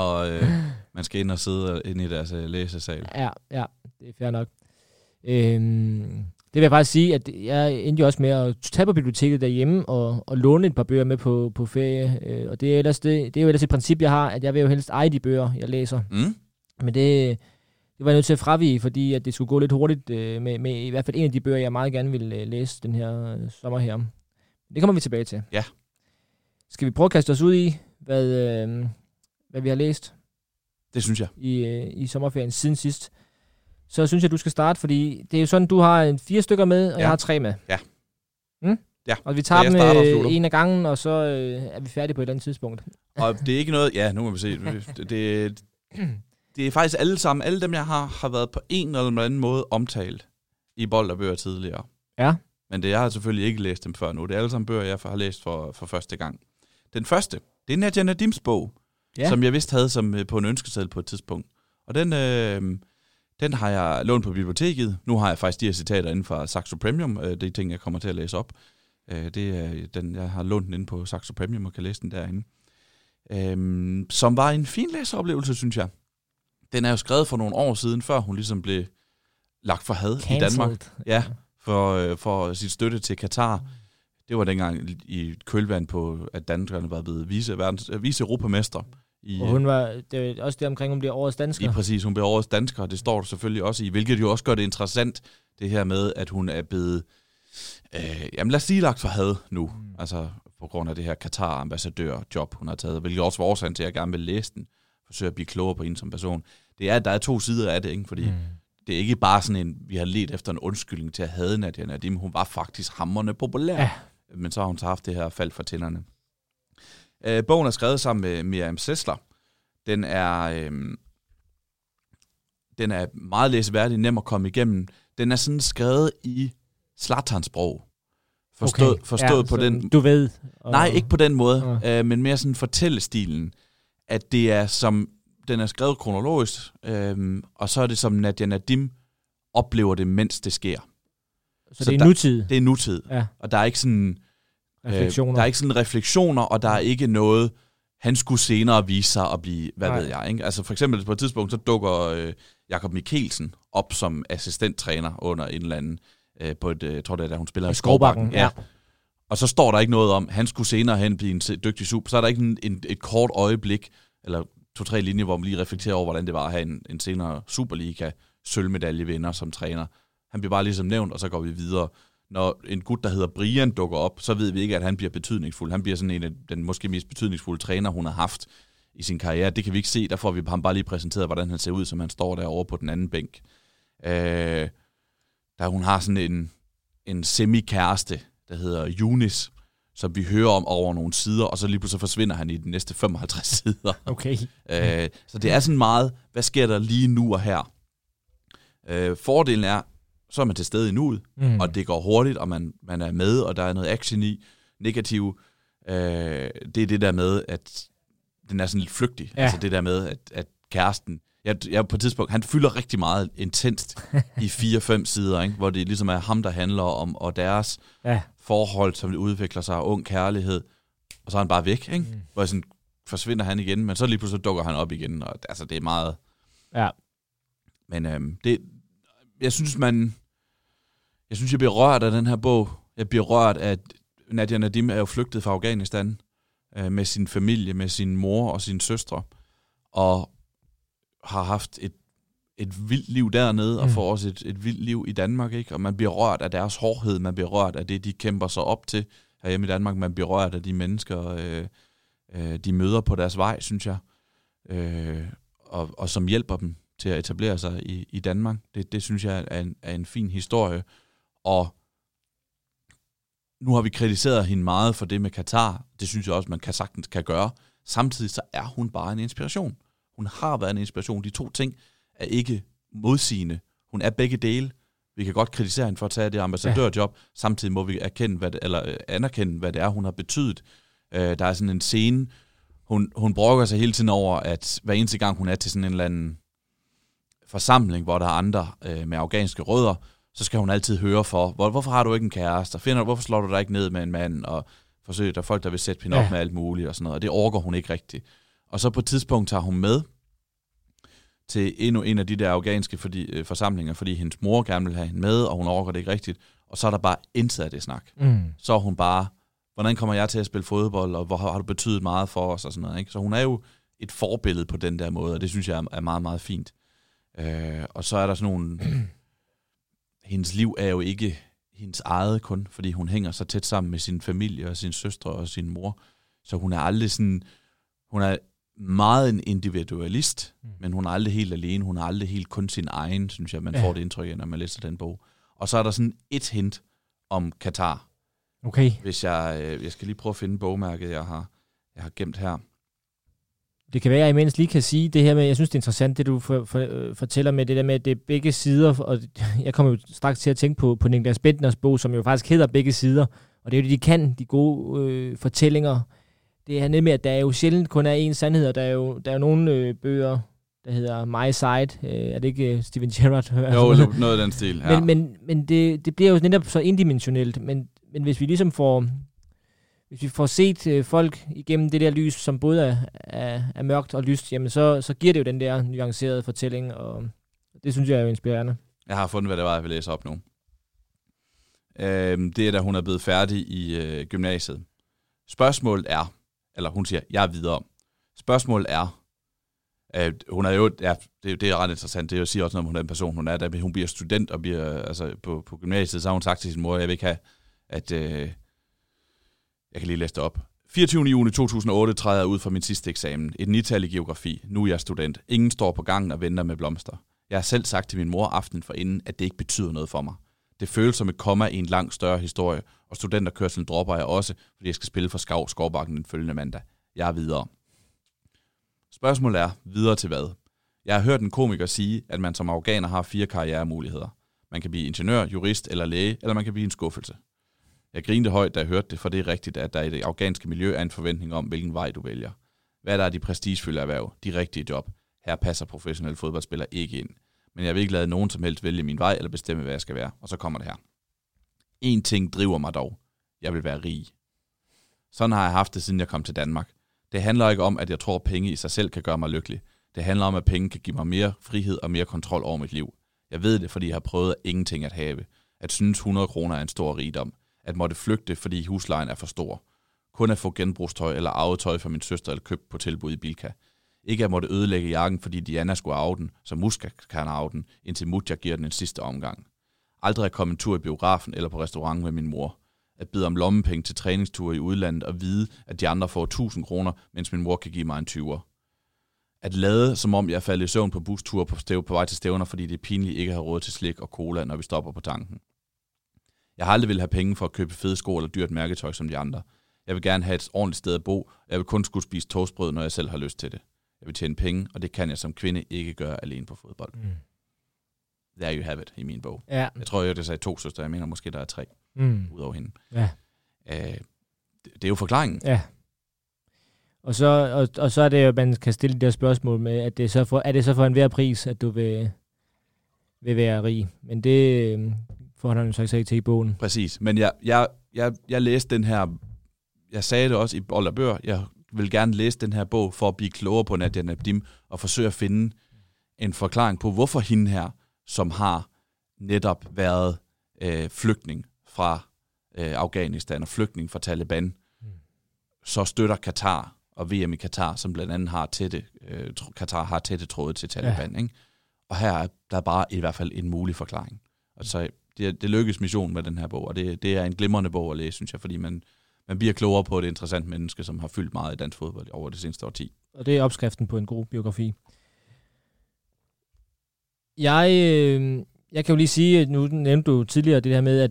skal ind og sidde inde i deres læsesal. Ja, det er fair nok. Det vil jeg faktisk sige, at jeg endte jo også med at tage på biblioteket derhjemme og låne et par bøger med på ferie. Og det er jo ellers et princip, jeg har, at jeg vil jo helst eje de bøger, jeg læser. Mm. Men det var jeg nødt til at fravige, fordi at det skulle gå lidt hurtigt med i hvert fald en af de bøger, jeg meget gerne ville læse den her sommer her. Det kommer vi tilbage til. Ja. Skal vi prøve at kaste os ud i, hvad vi har læst? Det synes jeg. I sommerferien siden sidst. Så synes jeg, du skal starte, fordi det er jo sådan, du har 4 stykker med, og jeg har 3 med. Ja. Ja. Og vi tager dem en af gangen, og så er vi færdige på et eller andet tidspunkt. Og det er ikke noget... Ja, nu må vi se. Det er faktisk alle dem, jeg har været på en eller anden måde omtalt i Bold og Bøger tidligere. Ja. Men jeg har selvfølgelig ikke læst dem før nu. Det er alle sammen bøger, jeg har læst for første gang. Den første, det er Nadia Nadims bog, som jeg vidst havde på en ønskeseddel på et tidspunkt. Og den har jeg lånt på biblioteket. Nu har jeg faktisk de her citater inden fra Saxo Premium. Det er ting, jeg kommer til at læse op. Det er den, jeg har lånt den inde på Saxo Premium og kan læse den derinde. Som var en fin læseoplevelse, synes jeg. Den er jo skrevet for nogle år siden, før hun ligesom blev lagt for had i Danmark. Ja, for sit støtte til Katar. Det var dengang i kølvand på, at danskerne var blevet vice-europamestre. Og hun var også det omkring, hun bliver årets dansker. Ja, præcis, hun bliver årets dansker, og det står der selvfølgelig også i, hvilket jo også gør det interessant, det her med, at hun er blevet, lad os sige, lagt for had nu. Altså på grund af det her Katar-ambassadør-job, hun har taget, hvilket også var årsagen til, at jeg gerne vil læse den. forsøger at blive klogere på hende som person. Det er, at der er 2 sider af det, ikke? Fordi det er ikke bare sådan en, vi har let efter en undskyldning til at hade Nadia Nadim. Hun var faktisk hamrende populær. Ja. Men så har hun så haft det her fald for tænderne. Bogen er skrevet sammen med Miriam Sessler. Den er meget læseværdig, nem at komme igennem. Den er sådan skrevet i Zlatan-sprog. Forstået på den... Du ved... Nej, ikke på den måde, men mere sådan fortællestilen. At det er som... Den er skrevet kronologisk, og så er det som Nadia Nadim oplever det, mens det sker. Så det er nutid? Det er nutid. Ja. Og der er ikke sådan... refleksioner. Der er ikke sådan refleksioner, og der er ikke noget... Han skulle senere vise sig at blive... Hvad ved jeg, ikke? Altså for eksempel på et tidspunkt, så dukker Jakob Mikkelsen op som assistenttræner under en eller anden... på et... Jeg tror det er, da hun spiller i Skovbakken. Ja. Og så står der ikke noget om, han skulle senere hen blive en dygtig super. Så er der ikke et kort øjeblik, eller 2-3 linjer, hvor man lige reflekterer over, hvordan det var at have en senere Superliga-sølvmedaljevinder som træner. Han bliver bare ligesom nævnt, og så går vi videre. Når en gut, der hedder Brian, dukker op, så ved vi ikke, at han bliver betydningsfuld. Han bliver sådan en af den måske mest betydningsfulde træner, hun har haft i sin karriere. Det kan vi ikke se, der får vi ham bare lige præsenteret, hvordan han ser ud, som han står derovre på den anden bænk. Der hun har sådan en semi-kæreste, der hedder Eunice, som vi hører om over nogle sider, og så lige pludselig forsvinder han i de næste 55 sider. Okay. Så det er sådan meget, hvad sker der lige nu og her? Fordelen er, så er man til stede i nuet, og det går hurtigt, og man er med, og der er noget action i. Negativ, det er det der med, at den er sådan lidt flygtig. Ja. Altså det der med, at kæresten, jeg på et tidspunkt, han fylder rigtig meget intenst i 4-5 sider, ikke? Hvor det ligesom er ham, der handler om, og deres forhold, som udvikler sig, ung kærlighed, og så er han bare væk, ikke? Hvor sådan forsvinder han igen, men så lige pludselig dukker han op igen, og altså det er meget... Ja. Men jeg synes, jeg bliver rørt af den her bog. Jeg bliver rørt af, at Nadia Nadim er jo flygtet fra Afghanistan med sin familie, med sin mor og sine søstre, og har haft et vildt liv dernede, og får også et vildt liv i Danmark, ikke? Og man bliver rørt af deres hårdhed, man bliver rørt af det, de kæmper sig op til herhjemme i Danmark, man bliver rørt af de mennesker, de møder på deres vej, synes jeg, og som hjælper dem til at etablere sig i Danmark. Det synes jeg er en fin historie, og nu har vi kritiseret hende meget for det med Katar. Det synes jeg også, man sagtens kan gøre. Samtidig så er hun bare en inspiration. Hun har været en inspiration. De 2 ting er ikke modsigende. Hun er begge dele. Vi kan godt kritisere hende for at tage det ambassadørjob. Samtidig må vi anerkende, hvad det er, hun har betydet. Der er sådan en scene. Hun brokker sig hele tiden over, at hver eneste gang hun er til sådan en eller anden forsamling, hvor der er andre med afghanske rødder, så skal hun altid høre for, hvorfor har du ikke en kæreste? Hvorfor slår du dig ikke ned med en mand? Og forsøger der folk, der vil sætte hende op med alt muligt og sådan noget. Og det orker hun ikke rigtigt. Og så på et tidspunkt tager hun med til endnu en af de der afghanske forsamlinger, fordi hendes mor gerne vil have hende med, og hun orker det ikke rigtigt. Og så er der bare intet af det snak. Så er hun bare, hvordan kommer jeg til at spille fodbold, og hvor har du betydet meget for os og sådan noget, ikke? Så hun er jo et forbillede på den der måde, og det synes jeg er meget, meget fint. Og så er der sådan nogle... Hendes liv er jo ikke hendes eget kun, fordi hun hænger så tæt sammen med sin familie og sin søstre og sin mor. Så hun er aldrig sådan... Hun er meget en individualist, men hun er aldrig helt alene. Hun er aldrig helt kun sin egen, synes jeg, man får det indtryk af, når man læser den bog. Og så er der sådan et hint om Katar. Okay. Hvis jeg skal lige prøve at finde bogmærket, jeg har gemt her. Det kan være, at jeg imens lige kan sige det her med, jeg synes, det er interessant, det du fortæller med det der med, at det er begge sider, og jeg kommer jo straks til at tænke på Niklas Bendtners bog, som jo faktisk hedder Begge Sider, og det er jo det, de kan, de gode fortællinger. Det er nemlig, at der jo sjældent kun er én sandhed, og der er jo nogle bøger, der hedder My Side. Er det ikke Steven Gerrard? Jo, noget af den stil, ja. Men det bliver jo netop så indimensionelt, men hvis vi ligesom hvis vi får set folk igennem det der lys, som både er mørkt og lyst, jamen så giver det jo den der nuancerede fortælling, og det synes jeg er jo inspirerende. Jeg har fundet, hvad det var, jeg vil læse op nu. Det er, da hun er blevet færdig i gymnasiet. Spørgsmålet er, eller hun siger, jeg er videre. Spørgsmålet er, hun er jo, det er ret interessant, det siger også noget om, hun er en person, hun er, da hun bliver student og bliver, altså på gymnasiet, så har hun sagt til sin mor, jeg vil ikke have, at... Jeg kan lige læse det op. 24. juni 2008 træder jeg ud fra min sidste eksamen. Et 9-tal i geografi. Nu er jeg student. Ingen står på gangen og venter med blomster. Jeg har selv sagt til min mor aftenen forinden, at det ikke betyder noget for mig. Det føles som et komma i en langt større historie, og studenterkørselen dropper jeg også, fordi jeg skal spille for Skovbakken den følgende mandag. Jeg er videre. Spørgsmålet er, videre til hvad? Jeg har hørt en komiker sige, at man som afghaner har 4 karrieremuligheder. Man kan blive ingeniør, jurist eller læge, eller man kan blive en skuffelse. Jeg grinte højt, da jeg hørte det, for det er rigtigt, at der i det afghanske miljø er en forventning om, hvilken vej du vælger. Hvad der er de prestigefyldte erhverv, de rigtige job? Her passer professionelle fodboldspillere ikke ind. Men jeg vil ikke lade nogen som helst vælge min vej eller bestemme, hvad jeg skal være. Og så kommer det her. En ting driver mig dog. Jeg vil være rig. Sådan har jeg haft det, siden jeg kom til Danmark. Det handler ikke om, at jeg tror, at penge i sig selv kan gøre mig lykkelig. Det handler om, at penge kan give mig mere frihed og mere kontrol over mit liv. Jeg ved det, fordi jeg har prøvet ingenting at have. At synes 100 kroner er en stor rigdom. At måtte flygte, fordi huslejen er for stor. Kun at få genbrugstøj eller arvet tøj fra min søster eller købt på tilbud i Bilka. Ikke at måtte ødelægge jakken, fordi Diana skulle arve den, så Muska kan arve den, indtil Mutja giver den en sidste omgang. Aldrig at komme en tur i biografen eller på restaurant med min mor. At bede om lommepenge til træningsture i udlandet og vide, at de andre får 1000 kroner, mens min mor kan give mig en 20'er. At lade, som om jeg faldt i søvn på busture på vej til stævner, fordi det er pinligt ikke at have råd til slik og cola, når vi stopper på tanken. Jeg har aldrig ville have penge for at købe fede sko eller dyrt mærketøj som de andre. Jeg vil gerne have et ordentligt sted at bo, og jeg vil kun skulle spise toastbrød, når jeg selv har lyst til det. Jeg vil tjene penge, og det kan jeg som kvinde ikke gøre alene på fodbold. There you have it i min bog. Ja. Jeg tror, det sagde 2 søstre. Jeg mener måske, der er 3 ud over hende. Ja. Det er jo forklaringen. Ja. Og så er det jo, man kan stille de der spørgsmål med, at er det så for enhver pris, at du vil være rig? Men det får han jo sagt sig til i bogen. Præcis. Men jeg læste den her, jeg sagde det også i Bold og Bør, jeg vil gerne læse den her bog for at blive klogere på Nadia Nadim og forsøge at finde en forklaring på, hvorfor hende her, som har netop været flygtning fra Afghanistan og flygtning fra Taliban, så støtter Katar og VM i Katar, som blandt andet har Katar har tætte tråde til Taliban. Ja. Ikke? Og her er der bare i hvert fald en mulig forklaring. Altså, det lykkes mission med den her bog, og det er en glimrende bog at læse, synes jeg, fordi man bliver klogere på et interessant menneske, som har fyldt meget i dansk fodbold over det seneste årti. Og det er opskriften på en god biografi. Jeg kan jo lige sige, nu nævnte du tidligere det her med,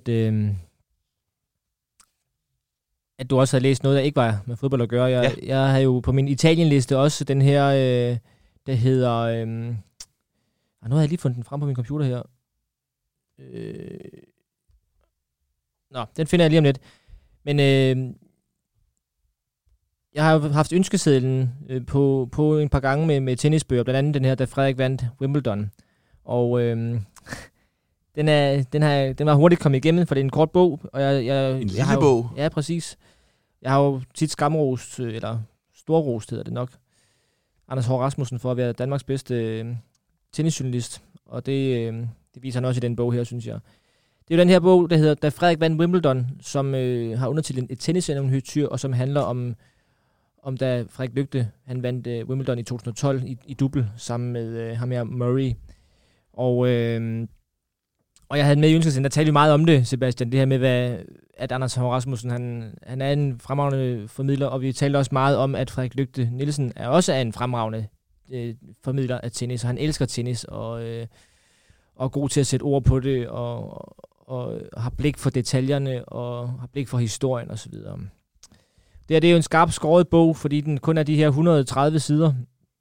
at du også havde læst noget, der ikke var med fodbold at gøre. Jeg har jo på min Italien-liste også den her, der hedder... nu har jeg lige fundet den frem på min computer her. Den finder jeg lige om lidt. Men jeg har jo haft ønskesedlen på en par gange med tennisbøger, blandt andet den her, da Frederik vandt Wimbledon. Og den var hurtigt kommet igennem, for det er en kort bog. Og en lille bog? Ja, præcis. Jeg har jo tit skamrost, eller storrost hedder det nok, Anders Hård Rasmussen for at være Danmarks bedste tennisjournalist. Og det viser han også i den bog her, synes jeg. Det er jo den her bog, der hedder Da Frederik vandt Wimbledon, som har undertitlen Et tenniseventyr, og som handler om da Frederik Lygte, han vandt Wimbledon i 2012 i double sammen med ham her Murray. Og jeg havde med i ønskelsen, der talte vi meget om det, Sebastian, det her med, at Anders Hård Rasmussen, han er en fremragende formidler, og vi talte også meget om, at Frederik Lygte Nielsen også er en fremragende formidler af tennis, og han elsker tennis, og er god til at sætte ord på det, og har blik for detaljerne, og har blik for historien osv. Det er jo en skarpt skåret bog, fordi den kun er de her 130 sider,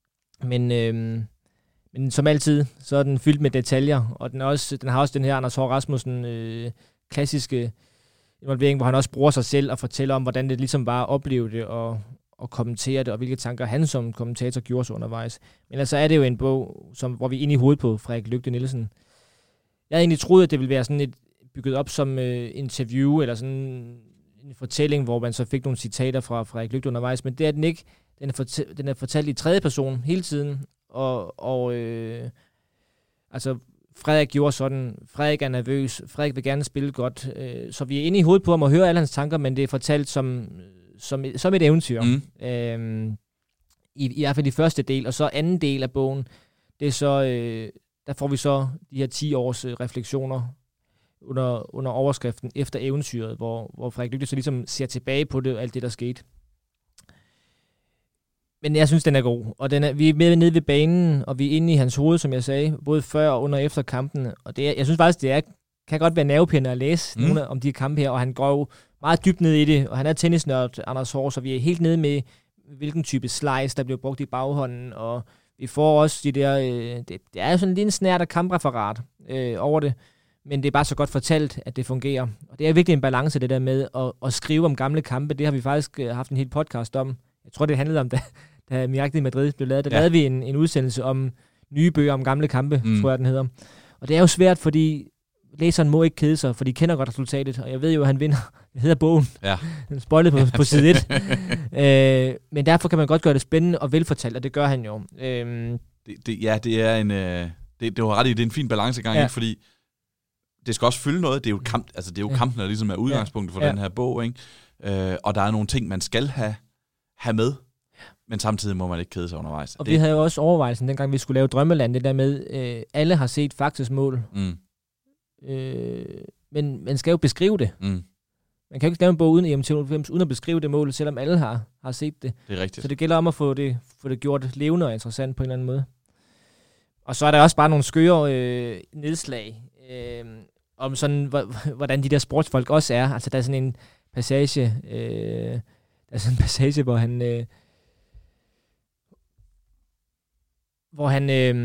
men som altid, så er den fyldt med detaljer, og den har også den her Anders Hård Rasmussen klassiske involvering, hvor han også bruger sig selv og fortæller om, hvordan det ligesom var at opleve det og kommentere det, og hvilke tanker han som kommentator gjorde sig undervejs. Men altså er det jo en bog, hvor vi er inde i hovedet på Frederik Lygte Nielsen. Jeg havde egentlig troet, at det ville være sådan et bygget op som interview, eller sådan en fortælling, hvor man så fik nogle citater fra Frederik Lygte undervejs, men det er den ikke. Den er fortalt i tredje person hele tiden, og altså Frederik gjorde sådan, Frederik er nervøs, Frederik vil gerne spille godt, så vi er inde i hovedet på ham og høre alle hans tanker, men det er fortalt som et eventyr. I hvert fald i første del, og så anden del af bogen, det er så, der får vi så de her 10 års refleksioner under overskriften Efter eventyret, hvor Frederik Lygte så ligesom ser tilbage på det, alt det, der skete. Men jeg synes, den er god. Og vi er med nede ved banen, og vi er inde i hans hoved, som jeg sagde, både før og under og efter kampen. Og jeg synes faktisk, kan godt være nervepirrende at læse nogle om de kampe her, og han går jo meget dybt ned i det, og han er tennisnørd, Anders Haahr, så vi er helt nede med, hvilken type slice, der bliver brugt i baghånden, og vi får også de der, det er jo sådan lidt en snært af kampreferat over det, men det er bare så godt fortalt, at det fungerer. Og det er virkelig en balance, det der med at skrive om gamle kampe. Det har vi faktisk haft en hel podcast om. Jeg tror, det handlede om, da Miracle i Madrid blev lavet. Der lavede vi en udsendelse om nye bøger om gamle kampe, tror jeg, den hedder. Og det er jo svært, fordi læseren må ikke kede sig, for de kender godt resultatet, og jeg ved jo, at han vinder. Det hedder bogen. Ja. Den spoilet på side 1. Men derfor kan man godt gøre det spændende og velfortalt, og det gør han jo. Det er en... Det var ret i, det er en fin balancegang, ikke? Fordi det skal også fylde noget. Det er jo kamp, altså det er jo kampen, der ligesom er udgangspunktet for den her bog, ikke? Og der er nogle ting, man skal have med, men samtidig må man ikke kede sig undervejs. Og vi havde jo også overvejelsen, dengang vi skulle lave Drømmeland, det der med, alle har set faktisk mål. Men man skal jo beskrive det. Man kan jo ikke lave en bog uden EM92, uden at beskrive det mål, selvom alle har set det. Det er rigtigt. Så det gælder om at få det gjort levende og interessant på en eller anden måde. Og så er der også bare nogle skøre nedslag om sådan, hvordan de der sportsfolk også er. Altså der er sådan en passage, hvor han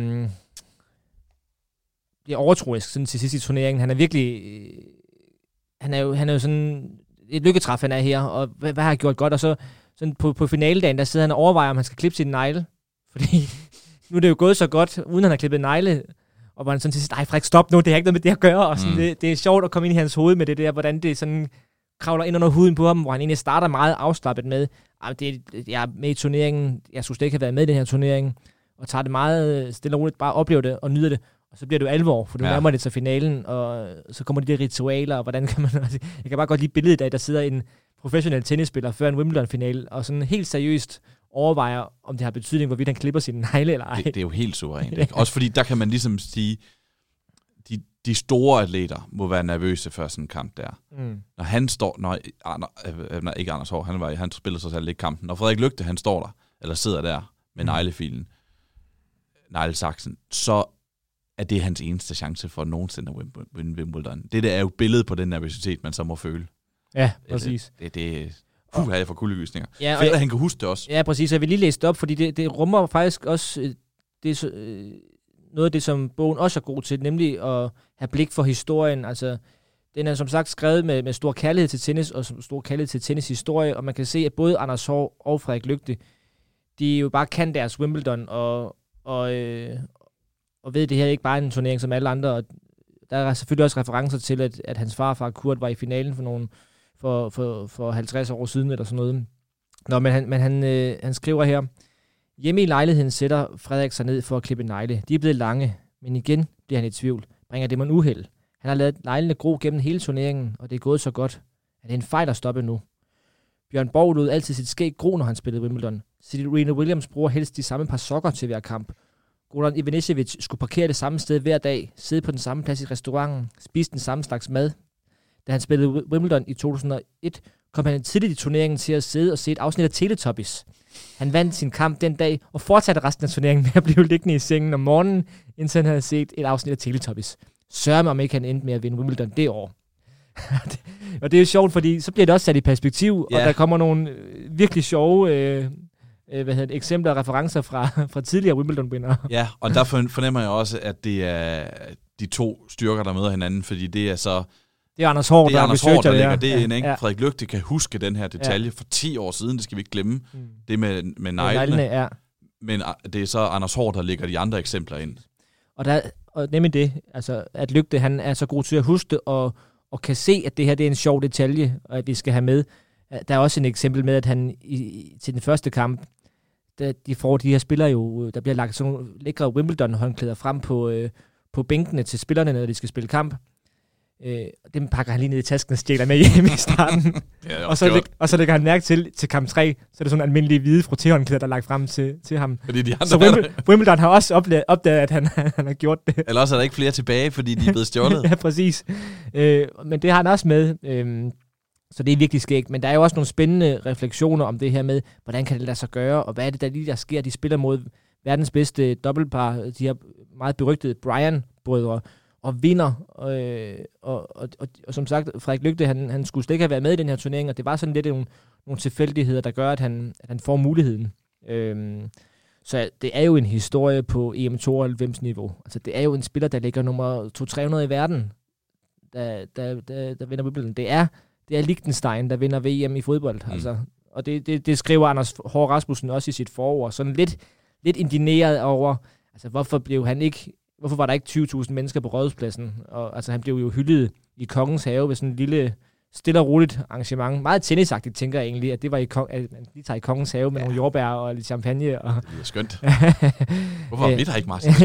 bliver overtroisk sådan til sidst i turneringen. Han er virkelig han er jo sådan et lykketræf, han er her, og hvad har han gjort godt? Og så sådan på finaledagen, der sidder han og overvejer, om han skal klippe sin negle, fordi nu er det jo gået så godt, uden han har klippet negle, og hvor han sådan til sidst, nej Frederik, stop nu, det har ikke noget med det at gøre, og sådan, det er sjovt at komme ind i hans hoved med det der, hvordan det sådan kravler ind under huden på ham, hvor han egentlig starter meget afslappet med, jeg er med i turneringen, jeg skulle slet ikke have været med i den her turnering, og tager det meget stille og roligt, bare oplever det og nyder det, og så bliver det jo alvor, for nu nærmer det til finalen, og så kommer de der ritualer, og hvordan kan man... Jeg kan bare godt lide billedet af, der sidder en professionel tennisspiller før en Wimbledon-finale, og sådan helt seriøst overvejer, om det har betydning, hvorvidt han klipper sin negle eller ej. Det er jo helt suverænt, ikke? Også fordi, der kan man ligesom sige, de store atleter må være nervøse før sådan en kamp der. Når han står... ikke Anders Haahr, han spiller sig selv ikke kampen. Når Frederik Lügte, han står der, eller sidder der med neglefilen, neglesaksen, så er det hans eneste chance for nogensinde at vinde Wimbledon. Det der er jo billedet på den nervøsitet, man så må føle. Ja, præcis. Her jeg får kuldegysninger. Ja, fedt, at han kan huske det også. Ja, præcis. Jeg vil lige læse det op, fordi det rummer faktisk også noget af det, som bogen også er god til, nemlig at have blik for historien. Altså, den er som sagt skrevet med stor kærlighed til tennis, og stor kærlighed til tennishistorie, og man kan se, at både Anders Haahr og Frederik Lügte, de jo bare kan deres Wimbledon, og ved, det her er ikke bare en turnering som alle andre. Og der er selvfølgelig også referencer til, at hans farfar Kurt var i finalen for 50 år siden, eller sådan noget. Nå, men han skriver her, hjemme i lejligheden sætter Frederik sig ned for at klippe negle. De er blevet lange, men igen bliver han i tvivl. Bringer det mig en uheld? Han har ladet neglene gro gennem hele turneringen, og det er gået så godt. Er det en fejl at stoppe nu? Bjørn Borg lod altid sit skæg gro, når han spillede Wimbledon. Serena Williams bruger helst de samme par sokker til hver kamp. Goran Ivanisevic skulle parkere det samme sted hver dag, sidde på den samme plads i restauranten, spise den samme slags mad. Da han spillede Wimbledon i 2001, kom han tidligt i turneringen til at sidde og se et afsnit af Teletubbies. Han vandt sin kamp den dag, og fortsatte resten af turneringen med at blive liggende i sengen om morgenen, indtil han havde set et afsnit af Teletubbies. Sørg mig, om ikke han endte med at vinde Wimbledon det år. Og det er jo sjovt, fordi så bliver det også sat i perspektiv, og der kommer nogle virkelig sjove eksempler og referencer fra tidligere Wimbledon-vindere. Ja, og der fornemmer jeg også, at det er de to styrker, der møder hinanden, fordi det er så... Det er Anders Haahr, der ligger det ind, ikke? Ja. Frederik Lügte kan huske den her detalje for 10 år siden, det skal vi ikke glemme. Det med neglene. Men det er så Anders Haahr, der ligger de andre eksempler ind. Og nemlig det, altså at Lügte, han er så god til at huske det, og kan se, at det her det er en sjov detalje, og at vi skal have med. Der er også et eksempel med, at han til den første kamp, de her spillere jo, der bliver lagt sådan nogle lækre Wimbledon-håndklæder frem på bænkene til spillerne, når de skal spille kamp. Dem pakker han lige ned i tasken og stjæler med hjem i starten. og så lægger han mærke til kamp 3, så er det sådan en almindelig hvide frottéhåndklæder, der er lagt frem til ham. Fordi de andre så Wimbledon har også opdaget, at han har gjort det. Eller også er der ikke flere tilbage, fordi de er blevet stjålet. Ja, præcis. Men det har han også med. Så det er virkelig skægt, men der er jo også nogle spændende refleksioner om det her med, hvordan kan det lade sig gøre, og hvad er det, der sker. De spiller mod verdens bedste dobbeltpar, de her meget berygtede Bryan-brødre, og vinder. Og som sagt, Frederik Lygte, han skulle slet ikke have været med i den her turnering, og det var sådan lidt nogle tilfældigheder, der gør, at han får muligheden. Så det er jo en historie på EM92-niveau. Altså, det er jo en spiller, der ligger nummer 200-300 i verden, der vinder Wimbledon. Det er Liechtenstein, der vinder VM i fodbold. Altså, og det skriver Anders Hård Rasmussen også i sit forord. Sådan lidt indigneret over, altså hvorfor var der ikke 20.000 mennesker på Rådhuspladsen? Og altså han blev jo hyldet i Kongens Have ved sådan en lille stille og roligt arrangement. Meget tennisagtigt, tænker jeg egentlig, at det var at man lige tager i Kongens Have med nogle jordbær og lidt champagne. Og det er skønt. Hvorfor er vi der ikke, Martin?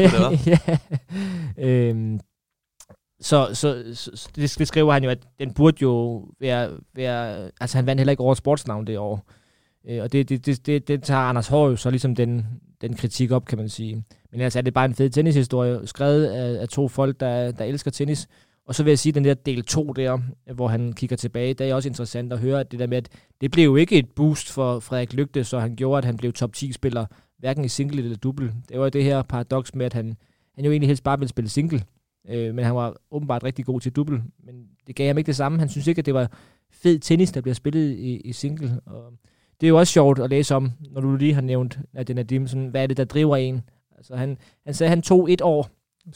Så det skriver han jo, at den burde jo være altså han vandt heller ikke over sportsnavn det år. Og det tager Anders Hård jo så ligesom den kritik op, kan man sige. Men altså er det bare en fed tennishistorie, skrevet af to folk, der elsker tennis. Og så vil jeg sige, den der del 2 der, hvor han kigger tilbage, det er også interessant at høre, at det der med, at det blev jo ikke et boost for Frederik Lygte, så han gjorde, at han blev top 10-spiller, hverken i single eller double. Det var det her paradoks med, at han jo egentlig helst bare ville spille single, men han var åbenbart rigtig god til double, men det gav ham ikke det samme. Han synes ikke, at det var fed tennis, der bliver spillet i single. Og det er jo også sjovt at læse om, når du lige har nævnt, at det er Nadim, sådan, hvad er det, der driver en? Altså han sagde, at han tog 1 år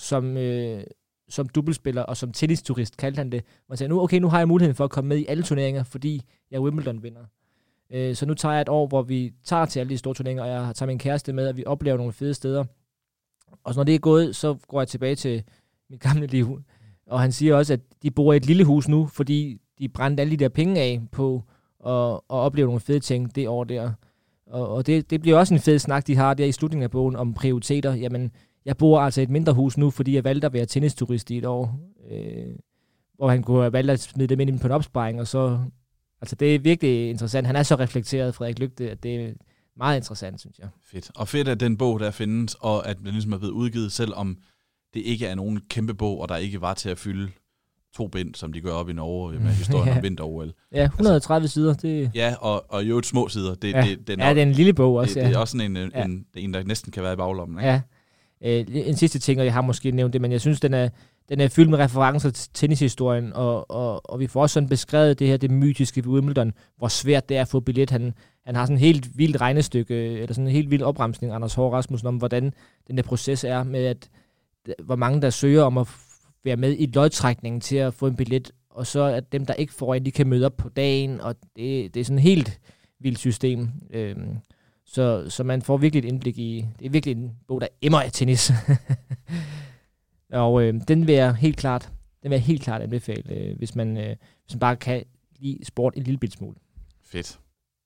som doublespiller og som tennisturist, kaldte han det. Man sagde, nu har jeg muligheden for at komme med i alle turneringer, fordi jeg er Wimbledon-vinder. Så nu tager jeg et år, hvor vi tager til alle de store turneringer, og jeg tager min kæreste med, og vi oplever nogle fede steder. Og så når det er gået, så går jeg tilbage til mit gamle liv. Og han siger også, at de bor i et lille hus nu, fordi de brændte alle de der penge af på at opleve nogle fede ting det år der. Og det bliver også en fed snak, de har der i slutningen af bogen om prioriteter. Jamen, jeg bor altså i et mindre hus nu, fordi jeg valgte at være tennisturist i et år. Hvor han kunne have valgt at smide dem ind på en opsparing, og så... Altså, det er virkelig interessant. Han er så reflekteret, Frederik Lygte, at det er meget interessant, synes jeg. Fedt. Og fedt, at den bog, der findes, og at den ligesom er blevet udgivet, selvom det ikke er nogen kæmpe bog, og der ikke var til at fylde 2 bind, som de gør op i Norge med historien om vinter-OL. Ja, 130 sider. Det... Ja, og jo et små sider. Det er en lille bog også. Det er også sådan en, der næsten kan være i baglommen. Ikke? Ja. En sidste ting, og jeg har måske nævnt det, men jeg synes, den er fyldt med referencer til tennishistorien, og vi får også sådan beskrevet det mytiske ved Wimbledon, hvor svært det er at få billet. Han har sådan en helt vildt regnestykke, eller sådan en helt vild opremsning, Anders Hård Rasmussen, om hvordan den der proces er med, at hvor mange der søger om at være med i lodtrækningen til at få en billet, og så at dem, der ikke får en, de kan møde op på dagen, og det er sådan et helt vildt system. Så man får virkelig et indblik i, det er virkelig en bog, der emmer af tennis. Og den vil jeg helt klart anbefale, hvis man bare kan lide sport en lille bit smule. Fedt.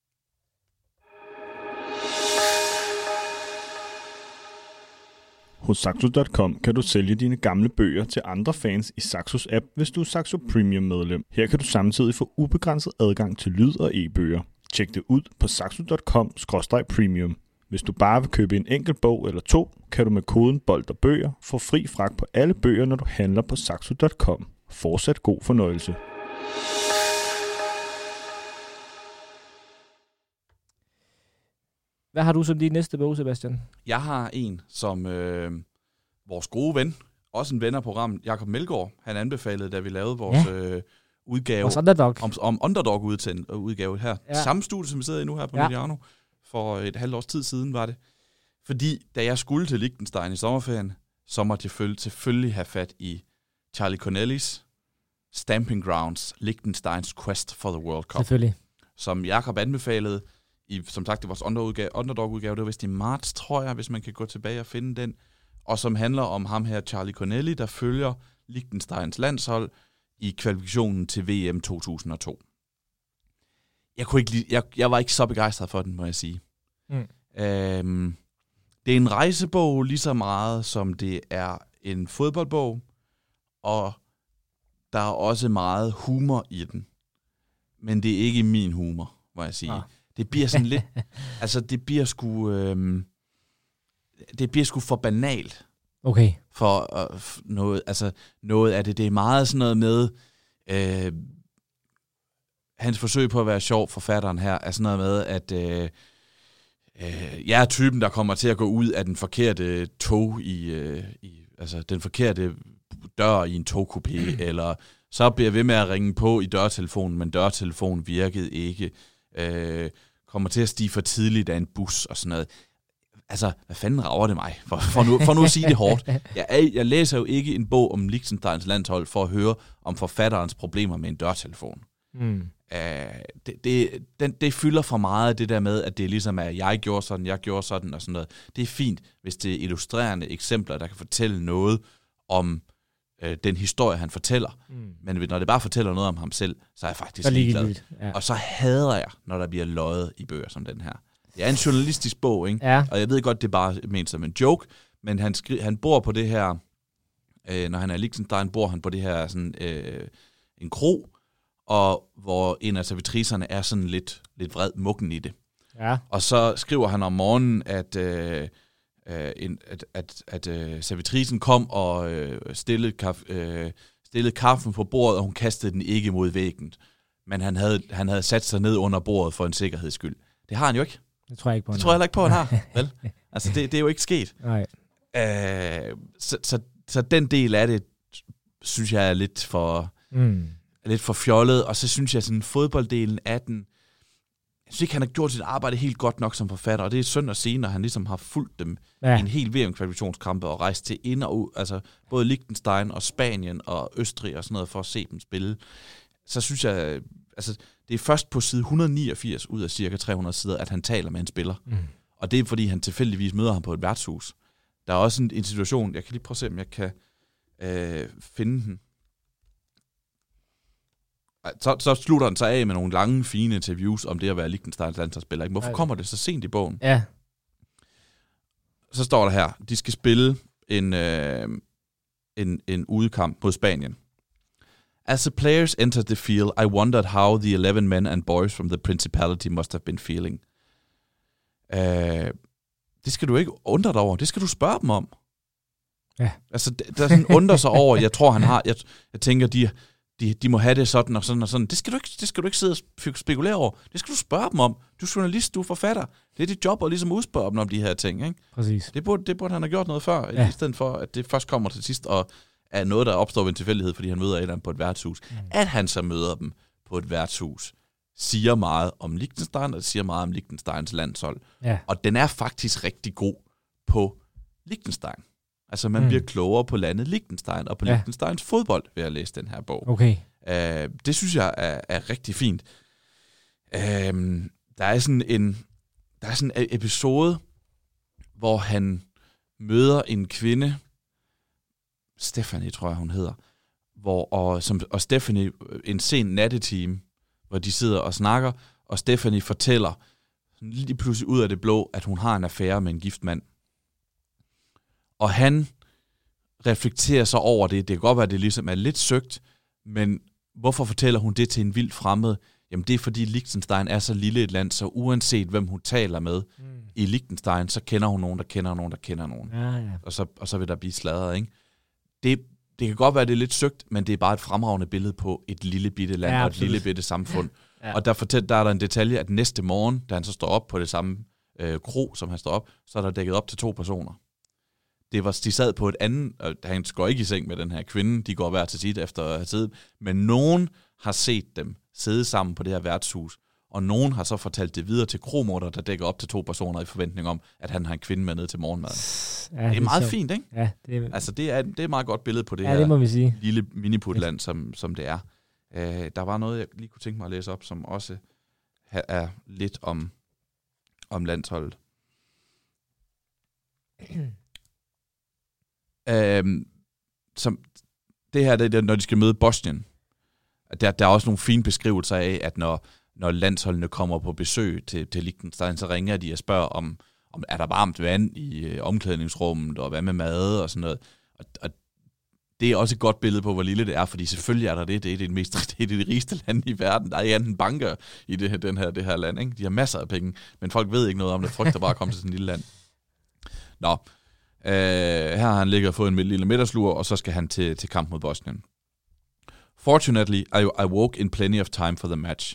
Hos Saxo.com kan du sælge dine gamle bøger til andre fans i Saxos app, hvis du er Saxo Premium medlem. Her kan du samtidig få ubegrænset adgang til lyd- og e-bøger. Tjek det ud på saxo.com/premium. Hvis du bare vil købe en enkelt bog eller 2, kan du med koden BOLDERBØGER få fri fragt på alle bøger, når du handler på saxo.com. Fortsat god fornøjelse. Hvad har du som din næste bog, Sebastian? Jeg har en, som vores gode ven, også en ven af programmet, Jakob Melgaard, han anbefalede, da vi lavede vores udgave om Underdog-udgave her. Ja. Samme studie, som vi sidder i nu her på Mediano. For et halvt års tid siden var det. Fordi da jeg skulle til Liechtenstein i sommerferien, så måtte jeg selvfølgelig have fat i Charlie Connellys Stamping Grounds, Liechtensteins Quest for the World Cup. Selvfølgelig. Som Jakob anbefalede, som sagt, det var vores Underdog-udgave, det var vist i marts, tror jeg, hvis man kan gå tilbage og finde den. Og som handler om ham her, Charlie Connelly, der følger Liechtensteins landshold i kvalifikationen til VM 2002. Jeg var ikke så begejstret for den, må jeg sige. Det er en rejsebog lige så meget, som det er en fodboldbog, og der er også meget humor i den. Men det er ikke min humor, må jeg sige. Det bliver sådan lidt... altså, det bliver sgu for banalt. Okay. For noget af det er meget sådan noget med... hans forsøg på at være sjov, forfatteren her, er sådan noget med, at jeg er typen, der kommer til at gå ud af den forkerte tog altså den forkerte dør i en togkupé, eller så bliver jeg ved med at ringe på i dørtelefonen, men dørtelefonen virkede ikke. Kommer til at stige for tidligt af en bus og sådan noget. Altså, hvad fanden rager det mig? For nu at sige det hårdt. Jeg læser jo ikke en bog om Liechtensteins landshold for at høre om forfatterens problemer med en dørtelefon. Det fylder for meget det der med, at det ligesom er, jeg gjorde sådan og sådan noget. Det er fint, hvis det er illustrerende eksempler, der kan fortælle noget om den historie, han fortæller. Men når det bare fortæller noget om ham selv, så er jeg faktisk ligeglad. Ja. Og så hader jeg, når der bliver løjet i bøger som den her. Det er en journalistisk bog, ikke? Ja. Og jeg ved godt, det er bare ment som en joke, men han bor på det her, når han er i Liechtenstein, bor han på det her sådan en kro, og hvor en af servitricerne er sådan lidt vred mukken i det. Ja. Og så skriver han om morgenen, at servitricen kom og stillede kaffen på bordet, og hun kastede den ikke mod væggen. Men han havde sat sig ned under bordet for en sikkerheds skyld. Det har han jo ikke. Det tror jeg ikke på. Det tror jeg heller ikke på, han har. Vel? Altså, det er jo ikke sket. Nej. Så den del af det, synes jeg er lidt for fjollet. Og så synes jeg, sådan fodbolddelen af den, jeg synes ikke, han har gjort sit arbejde helt godt nok som forfatter. Og det er synd at se, når han ligesom har fulgt dem i en hel VM-kvalifikationskampe og rejst til ind og ud, altså både Liechtenstein og Spanien og Østrig og sådan noget, for at se dem spille. Så synes jeg, altså det er først på side 189 ud af cirka 300 sider, at han taler med en spiller. Og det er, fordi han tilfældigvis møder ham på et værtshus. Der er også en situation, jeg kan lige prøve at se, om jeg kan finde den. Så slutter han sig af med nogle lange, fine interviews om det at være Liechtensteins landsholdsspiller. Hvorfor kommer det så sent i bogen? Ja. Så står der her, de skal spille en udekamp mod Spanien. As the players entered the field, I wondered how the 11 men and boys from the Principality must have been feeling. Det skal du ikke undre dig over. Det skal du spørge dem om. Ja. Altså, der sådan undrer sig over, jeg tror, han har... Jeg tænker, de må have det sådan og sådan og sådan. Det skal du ikke sidde og spekulere over. Det skal du spørge dem om. Du er journalist, du er forfatter. Det er dit job at ligesom udspørge dem om de her ting, ikke? Præcis. Det burde han have gjort noget før, i stedet for, at det først kommer til sidst, og er noget, der opstår ved en tilfældighed, fordi han møder et eller andet på et værtshus. At han så møder dem på et værtshus, siger meget om Liechtenstein, og siger meget om Liechtensteins landshold. Ja. Og den er faktisk rigtig god på Liechtenstein. Altså, man bliver klogere på landet Liechtenstein, og på Liechtensteins fodbold ved at læse den her bog. Okay. Det synes jeg er rigtig fint. Der er sådan en episode, hvor han møder en kvinde, Stephanie, tror jeg, hun hedder, og Stephanie, en sen nattetime, hvor de sidder og snakker, og Stephanie fortæller lige pludselig ud af det blå, at hun har en affære med en gift mand. Og han reflekterer sig over det. Det kan godt være, at det ligesom er lidt søgt, men hvorfor fortæller hun det til en vild fremmed? Jamen det er, fordi Liechtenstein er så lille et land, så uanset hvem hun taler med i Liechtenstein, så kender hun nogen, der kender nogen, der kender nogen. Ja. Og så vil der blive sladret, ikke? Det kan godt være, at det er lidt søgt, men det er bare et fremragende billede på et lille bitte land og et lille bitte samfund. Ja. Og der er der en detalje, at næste morgen, da han så står op på det samme kro, som han står op, så er der dækket op til 2 personer. De sad på et andet, og han går ikke i seng med den her kvinde, de går hver til sit efter at have siddet, men nogen har set dem sidde sammen på det her værtshus, og nogen har så fortalt det videre til kromorder, der dækker op til 2 personer i forventning om, at han har en kvinde med ned til morgenmaden. Ja, det er meget fint, ikke? Ja, det er et meget godt billede på det her det må vi sige. Lille miniputland, som det er. Der var noget, jeg lige kunne tænke mig at læse op, som også er lidt om landsholdet. Som det her, det er, når de skal møde Bosnien. Der er også nogle fine beskrivelser af, at når landsholdene kommer på besøg til Liechtenstein, så ringer de og spørger om er der varmt vand i omklædningsrummet, og hvad med mad og sådan noget. Og det er også et godt billede på, hvor lille det er, fordi selvfølgelig er der det. Det er det rigeste land i verden. Der er enten banker i det her land, ikke? De har masser af penge, men folk ved ikke noget om det. Frygter bare at komme til sådan et lille land. Nå. Her har han ligget og fået en lille middagslur, og så skal han til kamp mod Bosnien. Fortunately, I woke in plenty of time for the match.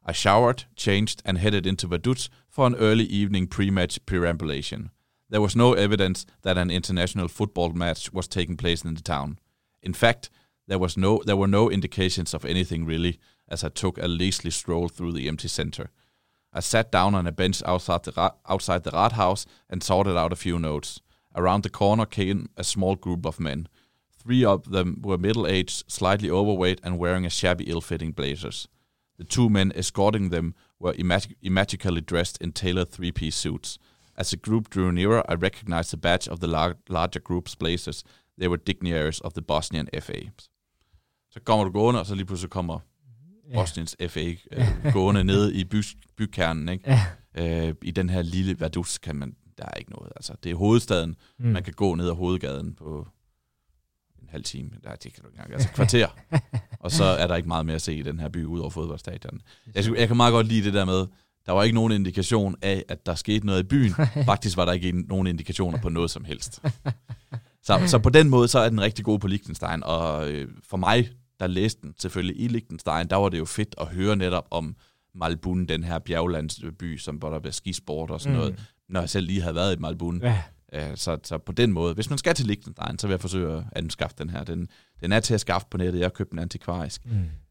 I showered, changed, and headed into Vaduz for an early evening pre-match perambulation. There was no evidence that an international football match was taking place in the town. In fact, there were no indications of anything really, as I took a leisurely stroll through the empty center. I sat down on a bench outside the Rathaus and sorted out a few notes. Around the corner came a small group of men. 3 of them were middle-aged, slightly overweight, and wearing a shabby, ill-fitting blazers. The 2 men escorting them were immaculately dressed in tailored 3-piece suits. As the group drew nearer, I recognized the badge of the larger group's blazers. They were dignitaries of the Bosnian FA. Så kommer du gående, og så lige pludselig kommer Bosniens FA gående ned i bykernen, ikke? I den her lille Vaduz kan man, der er ikke noget. Altså, det er hovedstaden. Man kan gå ned ad hovedgaden på en halv time. Nej, det kan du ikke engang. Altså kvarter. Og så er der ikke meget mere at se i den her by, ud over fodboldstadion. Jeg kan meget godt lide det der med, der var ikke nogen indikation af, at der skete noget i byen. Faktisk var der ikke nogen indikationer på noget som helst. Så på den måde, så er den rigtig god på Liechtenstein. Og for mig, der læste den selvfølgelig i Liechtenstein, der var det jo fedt at høre netop om Malbun, den her bjerglandsby, hvor der bliver skisport og sådan noget, når jeg selv lige havde været i Malbun. Ja. Så på den måde, hvis man skal til Liechtenstein, så vil jeg forsøge at anskaffe den her. Den er til at skaffe på nettet. Jeg har købt den antikvarisk.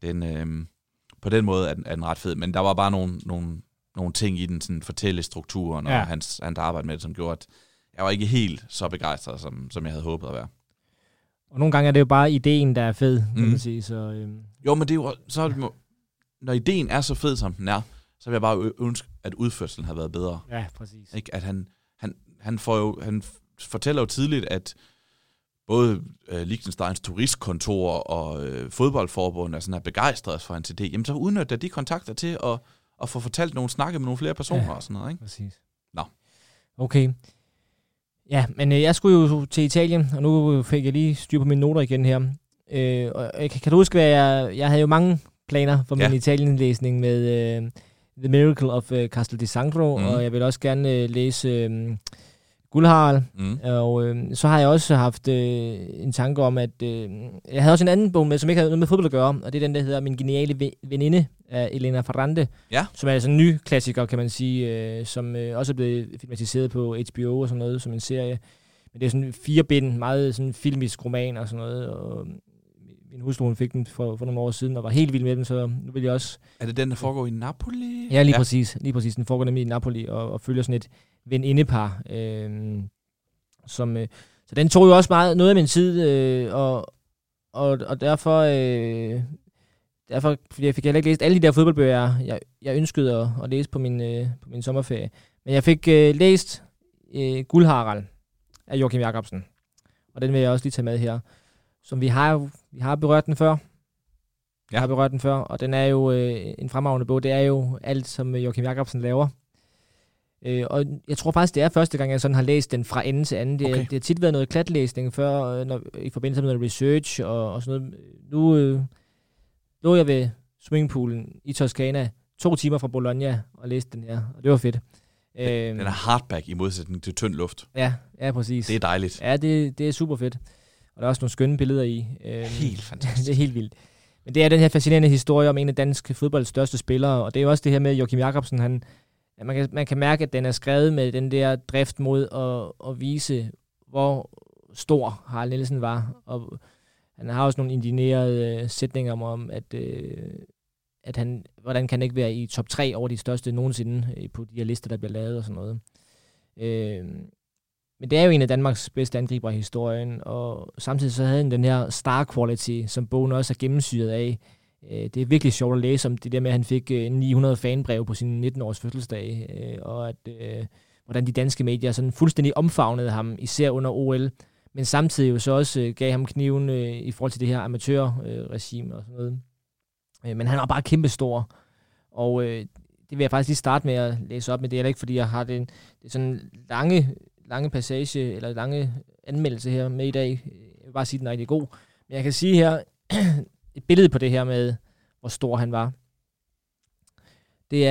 På den måde er den ret fed, men der var bare nogle ting i den sådan fortællestrukturen og hans arbejde med det, som gjorde, at jeg var ikke helt så begejstret, som jeg havde håbet at være. Og nogle gange er det jo bare ideen, der er fed, kan man sige. Så, Jo, men det er jo, når ideen er så fed, som den er, så vil jeg bare ønske, at udførselen har været bedre. Ja, præcis. Ikke? At han fortæller jo tidligt, at både Liechtensteins turistkontor og fodboldforbund er sådan her begejstret for hans idé. Jamen, så udnytter de kontakter til at få fortalt nogle snakke med nogle flere personer og sådan noget, ikke? Præcis. Nå. Okay. Ja, men jeg skulle jo til Italien, og nu fik jeg lige styr på mine noter igen her. Og kan du huske, hvad jeg havde jo mange planer for min Italien-læsning med The Miracle of Castel di Sangro, og jeg vil også gerne læse Guldharald. Og så har jeg også haft en tanke om, at jeg havde også en anden bog med, som ikke havde noget med fodbold at gøre, og det er den, der hedder Min geniale veninde af Elena Ferrante, som er sådan en ny klassiker, kan man sige, som også er blevet filmatiseret på HBO og sådan noget, som en serie. Men det er sådan 4 bind, meget sådan filmisk roman og sådan noget, og min hustru, hun fik den for nogle år siden, og var helt vild med den, så nu vil jeg også... Er det den, der foregår i Napoli? Ja, lige præcis. Lige præcis. Den foregår nemlig i Napoli, og følger sådan et venindepar. Så den tog jo også meget noget af min tid, og derfor fik jeg heller ikke læst alle de der fodboldbøger, jeg ønskede at læse på min sommerferie. Men jeg fik læst Guldharald af Joachim Jacobsen, og den vil jeg også lige tage med her. Som vi har berørt den før. Jeg har berørt den før, og den er jo en fremragende bog. Det er jo alt, som Joachim Jacobsen laver. Og jeg tror faktisk, det er første gang, jeg sådan har læst den fra ende til anden. Det har tit været noget klatlæsning før, i forbindelse med noget research og sådan noget. Nu lå jeg ved swimmingpoolen i Toscana 2 timer fra Bologna og læste den her, og det var fedt. Den er hardback i modsætning til tynd luft. Ja, præcis. Det er dejligt. Ja, det er super fedt. Og der er også nogle skønne billeder i. Helt fantastisk. Det er helt vildt. Men det er den her fascinerende historie om en af dansk fodbolds største spillere, og det er jo også det her med Joachim Jacobsen, man kan mærke, at den er skrevet med den der drift mod at vise, hvor stor Harald Nielsen var. Og han har også nogle indignerede sætninger om, at han, hvordan kan han ikke være i top 3 over de største nogensinde på de her lister, der bliver lavet og sådan noget. Men det er jo en af Danmarks bedste angriber i historien, og samtidig så havde han den her star quality, som bogen også er gennemsyret af. Det er virkelig sjovt at læse om det der med, at han fik 900 fanbreve på sin 19-års fødselsdag, og at hvordan de danske medier sådan fuldstændig omfavnede ham, især under OL, men samtidig jo så også gav ham kniven i forhold til det her amatørregime og sådan noget. Men han var bare kæmpestor, og det vil jeg faktisk lige starte med at læse op, men det er ikke, fordi jeg har det sådan lange passage, eller lange anmeldelse her med i dag. Jeg vil bare sige, at den er rigtig god. Men jeg kan sige her, et billede på det her med, hvor stor han var. Det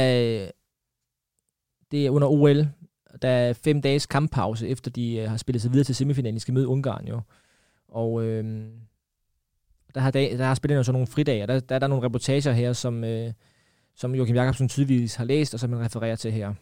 er under OL. Der er 5 dages kamppause, efter de har spillet sig videre til semifinalen. De skal møde Ungarn jo. Og der har spillet sådan nogle fridage, og der er nogle reportager her, som Joachim Jacobsen tydeligvis har læst, og som han refererer til her.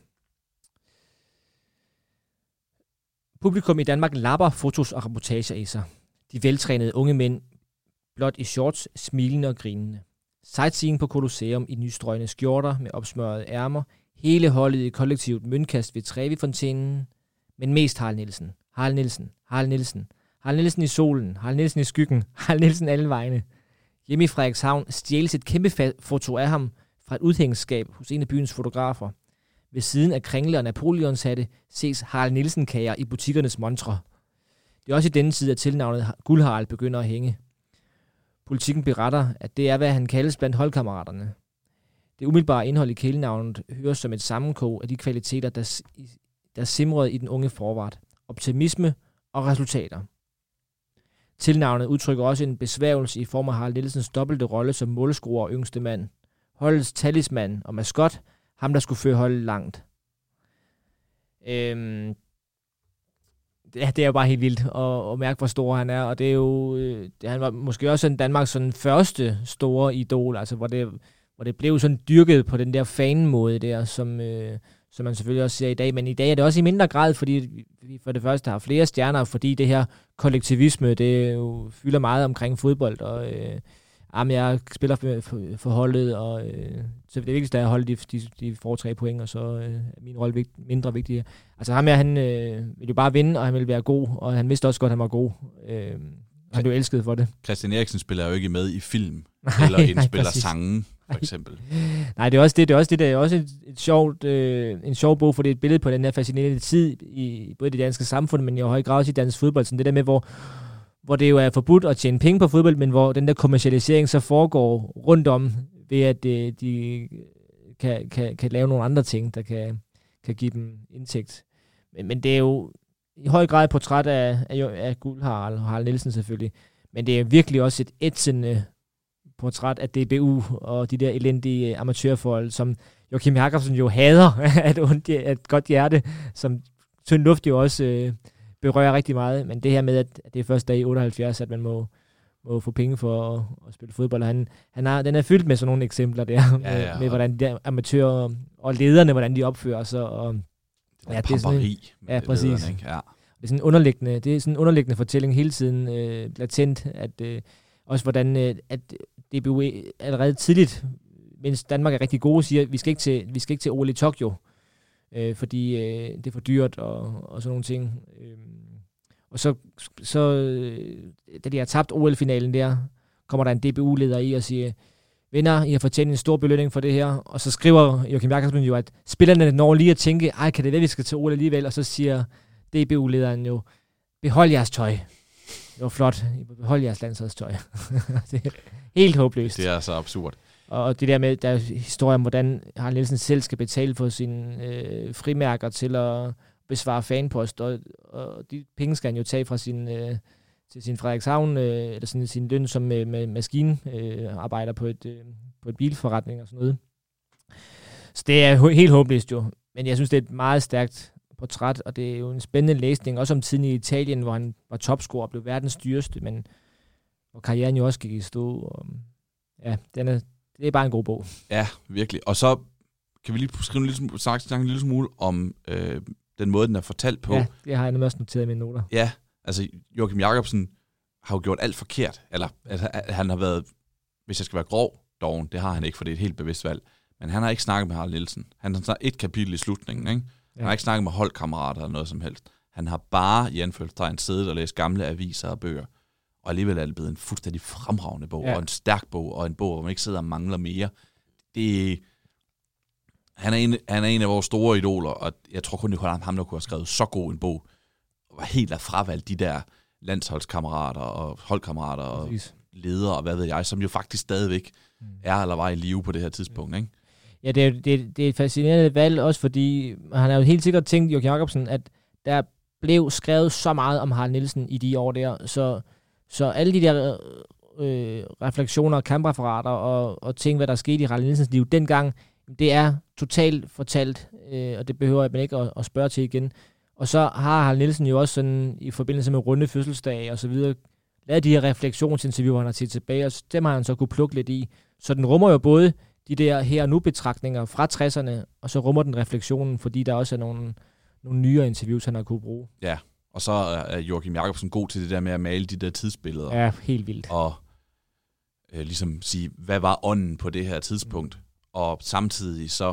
Publikum i Danmark lapper fotos og reportager i sig. De veltrænede unge mænd, blot i shorts, smilende og grinende. Sightseeing på Colosseum i nystrøgne skjorter med opsmørrede ærmer. Hele holdet i kollektivt møntkast ved Trevi-fontænen. Men mest Harald Nielsen. Harald Nielsen. Harald Nielsen. Harald Nielsen i solen. Harald Nielsen i skyggen. Harald Nielsen alle vegne. Hjemme i Frederikshavn stjæles et kæmpe foto af ham fra et udhængsskab hos en af byens fotografer. Ved siden af Kringle og Napoleons hatte ses Harald Nielsen-kager i butikkernes montre. Det er også i denne side, at tilnavnet Guldharald begynder at hænge. Politikken beretter, at det er, hvad han kaldes blandt holdkammeraterne. Det umiddelbare indhold i kælenavnet høres som et sammenkog af de kvaliteter, der simrede i den unge forward. Optimisme og resultater. Tilnavnet udtrykker også en besværgelse i form af Harald Nielsens dobbelte rolle som målscorer og yngste mand. Holdets talisman og maskot, ham der skulle føre holdet langt. Det er jo bare helt vildt at mærke, hvor stor han er, og det er jo, han var måske også Danmarks sådan første store idol, altså hvor det blev sådan dyrket på den der fan-måde der, som man selvfølgelig også ser i dag, men i dag er det også i mindre grad, fordi vi for det første har flere stjerner, fordi det her kollektivisme, det jo fylder meget omkring fodbold, og jeg spiller for holdet, og så det vigtigste er at holde de får 3 point, og så er min rolle mindre vigtig. Altså ham han ville jo bare vinde, og han ville være god, og han vidste også godt, at han var god. Han blev elsket for det. Christian Eriksen spiller jo ikke med i film, eller indspiller sange, for eksempel. Nej, det er også det. Det er også det, der er også en sjov bog, for det er et billede på den her fascinerende tid, i både det danske samfund, men i høj grad også i dansk fodbold. Sådan det der med, hvor det jo er forbudt at tjene penge på fodbold, men hvor den der kommercialisering så foregår rundt om, ved at de kan lave nogle andre ting, der kan give dem indtægt. Men det er jo i høj grad et portræt af Guldharald og Harald Nielsen selvfølgelig, men det er virkelig også et ætsende portræt af DBU og de der elendige amatørfolk, som Joachim Jacobsen jo hader af et godt hjerte, som tynd luft jo også berører rigtig meget, men det her med, at det er først dag i 78, at man må få penge for at spille fodbold, og den er fyldt med sådan nogle eksempler der, med hvordan de amatører og lederne, hvordan de opfører sig, og det er pamperi. Ja, præcis. Lederne, ikke? Ja. Det er sådan en underliggende fortælling hele tiden, latent, at også hvordan at DBU allerede tidligt, mens Danmark er rigtig gode, siger, at vi skal ikke til OL i Tokyo, fordi det er for dyrt og sådan nogle ting. Og så da de har tabt OL-finalen der, kommer der en DBU-leder i og siger, venner, I har fortjent en stor belønning for det her. Og så skriver Joachim Jacobsen jo, at spillerne når lige at tænke, kan det være, vi skal til OL alligevel? Og så siger DBU-lederen jo, behold jeres tøj. Det var flot. Behold jeres landsholdstøj. Det er helt håbløst. Det er så absurd. Og det der med, der er historier om, hvordan Harald Nielsen selv skal betale for sine frimærker til at besvare fanpost, og de penge skal han jo tage fra sin Frederikshavn, eller sin løn som maskinarbejder på et bilforretning og sådan noget. Så det er helt håbløst jo. Men jeg synes, det er et meget stærkt portræt, og det er jo en spændende læsning, også om tiden i Italien, hvor han var topscorer og blev verdens dyreste, men hvor karrieren jo også gik i stå. Og, ja, det er bare en god bog. Ja, virkelig. Og så kan vi lige skrive en lille smule om den måde, den er fortalt på. Ja, det har jeg nemlig også noteret i mine noter. Ja, altså Joachim Jacobsen har jo gjort alt forkert. Eller han har været, hvis jeg skal være grov, doven, det har han ikke, for det er et helt bevidst valg. Men han har ikke snakket med Harald Nielsen. Han har snakket et kapitel i slutningen, ikke? Han har ikke snakket med holdkammerater eller noget som helst. Han har bare i anførselstegn siddet og læst gamle aviser og bøger. Og alligevel er det blevet en fuldstændig fremragende bog, og en stærk bog, og en bog, hvor man ikke sidder og mangler mere. Han er en af vores store idoler, og jeg tror kun, det var ham, der kunne have skrevet så god en bog, og var helt af fravalgt de der landsholdskammerater og holdkammerater og ledere og hvad ved jeg, som jo faktisk stadigvæk er eller var i live på det her tidspunkt, ikke? Ja, det er et fascinerende valg, også fordi han har jo helt sikkert tænkt, Joachim Jacobsen, at der blev skrevet så meget om Harald Nielsen i de år der, så alle de der refleksioner og kampreferater og ting, hvad der skete i Harald Nielsens liv dengang, det er totalt fortalt, og det behøver man ikke at spørge til igen. Og så har Harald Nielsen jo også sådan, i forbindelse med runde fødselsdage og så videre, lavet de her refleksionsinterviewer, han har set tilbage, og dem har han så kunne plukke lidt i. Så den rummer jo både de der her og nu-betragtninger fra 60'erne, og så rummer den refleksionen, fordi der også er nogle nyere interviews, han har kunne bruge. Ja, og så er Joachim Jacobsen god til det der med at male de der tidsbilleder. Ja, helt vildt. Og ligesom sige, hvad var ånden på det her tidspunkt? Og samtidig så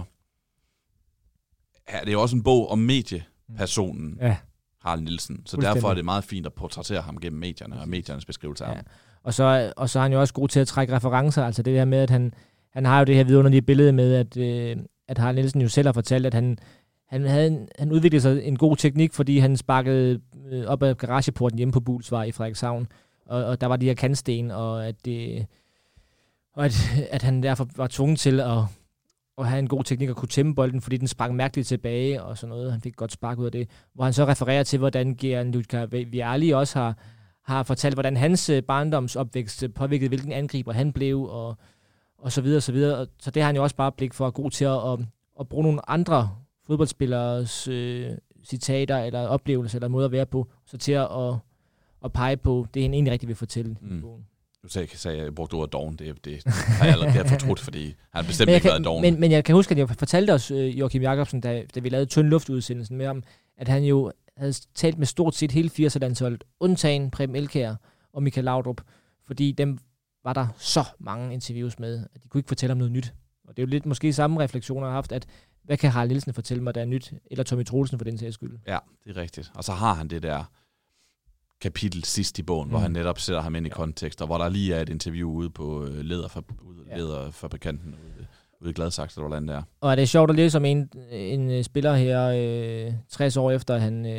er det jo også en bog om mediepersonen, Harald Nielsen. Så derfor er det meget fint at portrættere ham gennem medierne og mediernes beskrivelse af ham. Og så er han jo også god til at trække referencer. Altså det der med, at han har jo det her vidunderlige billede med, at Harald Nielsen jo selv har fortalt, at han udviklede sig en god teknik, fordi han sparkede op ad garageporten hjemme på Bulsvej i Frederikshavn. Og der var de her kantsten, og at han derfor var tvunget til at have en god teknik at kunne tæmme bolden, fordi den sprang mærkeligt tilbage og sådan noget. Han fik godt spark ud af det. Hvor han så refererer til, hvordan Gianluca Vialli også har fortalt, hvordan hans barndomsopvækst påvirkede, hvilken angriber han blev, og så videre, og så videre. Så det har han jo også bare blik for, god til at bruge nogle andre fodboldspillers citater, eller oplevelser, eller måder at være på, så til at pege på det, han egentlig rigtig vil fortælle i bogen. Du sagde, at jeg brugte ordet doven. Det har jeg allerede fortrudt, fordi han bestemt ikke været doven. Men jeg kan huske, at jeg fortalte os, Joachim Jacobsen, da vi lavede Tynd Luft-udsendelsen med ham, at han jo havde talt med stort set hele 80'er-landsholdet, undtagen Preben Elkjær og Michael Laudrup, fordi dem var der så mange interviews med, at de kunne ikke fortælle om noget nyt. Og det er jo lidt måske samme refleksioner, har haft, at hvad kan Harald Nielsen fortælle mig, der er nyt, eller Tommy Troelsen for den sags skyld. Ja, det er rigtigt. Og så har han det der kapitel sidst i bogen, hvor han netop sætter ham ind i kontekst, og hvor der lige er et interview ude på læderfabrikanten ude i Gladsaxe, eller hvordan det er. Og er det sjovt at læse om en spiller her 60 år efter,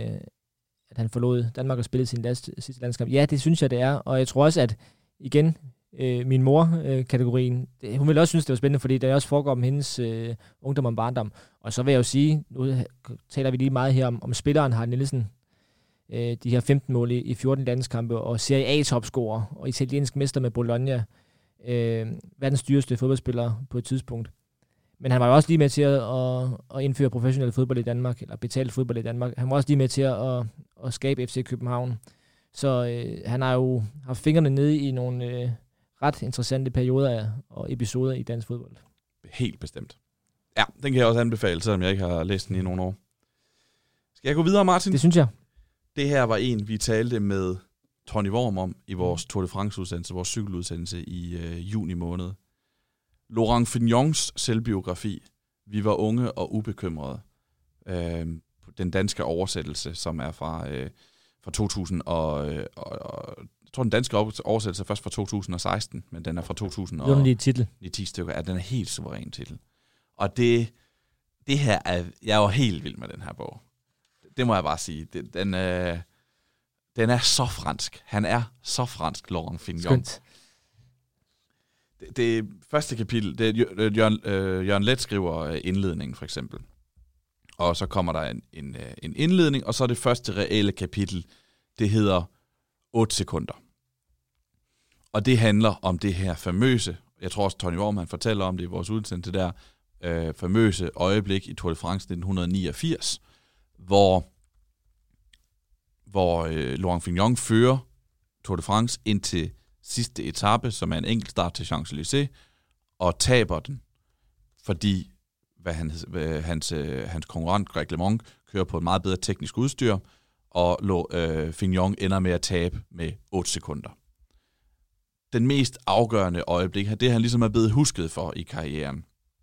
at han forlod Danmark og spillede sin sidste landskamp? Ja, det synes jeg, det er. Og jeg tror også, at igen, min mor-kategorien, hun ville også synes, det var spændende, fordi det også foregår om hendes ungdom og barndom. Og så vil jeg jo sige, nu taler vi lige meget her om spilleren Harald Nielsen, de her 15 mål i 14 landskampe, og Serie A-topscorer, og italiensk mester med Bologna, verdens dyreste fodboldspiller på et tidspunkt. Men han var jo også lige med til at indføre professionel fodbold i Danmark, eller betalt fodbold i Danmark. Han var også lige med til at skabe FC København. Så han har jo haft fingrene nede i nogle ret interessante perioder og episoder i dansk fodbold. Helt bestemt. Ja, den kan jeg også anbefale, selvom jeg ikke har læst den i nogle år. Skal jeg gå videre, Martin? Det synes jeg. Det her var en, vi talte med Tony Worm om i vores Tour de France-udsendelse, vores cykeludsendelse i juni måned. Laurent Fignons selvbiografi, Vi var unge og ubekymrede. Den danske oversættelse, som er fra 2000 og jeg tror, den danske oversættelse er først fra 2016, men den er fra 2010 stykker. Ja, den er helt suveræn titel. Og det her er, jeg er jo helt vild med den her bog. Det må jeg bare sige. Den er så fransk. Han er så fransk, Laurent Fignon. Skønt. Det første kapitel, det er Jørgen Leth skriver indledningen, for eksempel. Og så kommer der en indledning, og så er det første reelle kapitel, det hedder 8 sekunder. Og det handler om det her famøse, jeg tror også Tony Worm, han fortæller om det i vores udsendelse der, famøse øjeblik i Tour de France 1989, hvor Laurent Fignon fører Tour de France ind til sidste etape, som er en enkelt start til Champs-Élysées, og taber den, fordi hans konkurrent Greg LeMond kører på et meget bedre teknisk udstyr, og Fignon ender med at tabe med 8 sekunder. Den mest afgørende øjeblik, det han ligesom er blevet husket for i karrieren.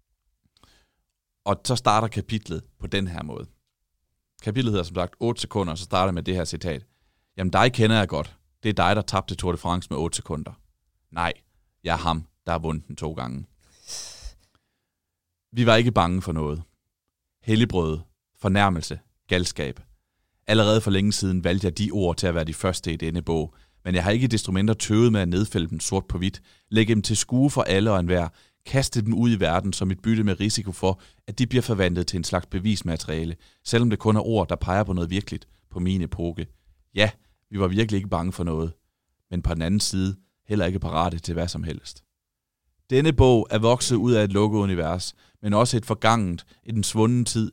Og så starter kapitlet på den her måde. Kapitlet hedder som sagt 8 sekunder, så starter med det her citat. Jamen dig kender jeg godt. Det er dig, der tabte Tour de France med 8 sekunder. Nej, jeg er ham, der har vundet den 2 gange. Vi var ikke bange for noget. Helligbrød, fornærmelse, galskab. Allerede for længe siden valgte jeg de ord til at være de første i denne bog, men jeg har ikke desto mindre tøvet med at nedfælde dem sort på hvidt, lægge dem til skue for alle og enhver, kaste dem ud i verden som et bytte med risiko for, at de bliver forvandlet til en slags bevismateriale, selvom det kun er ord, der peger på noget virkeligt på min epoke. Ja, vi var virkelig ikke bange for noget, men på den anden side heller ikke parate til hvad som helst. Denne bog er vokset ud af et lukket univers, men også et forgangent i en svunden tid,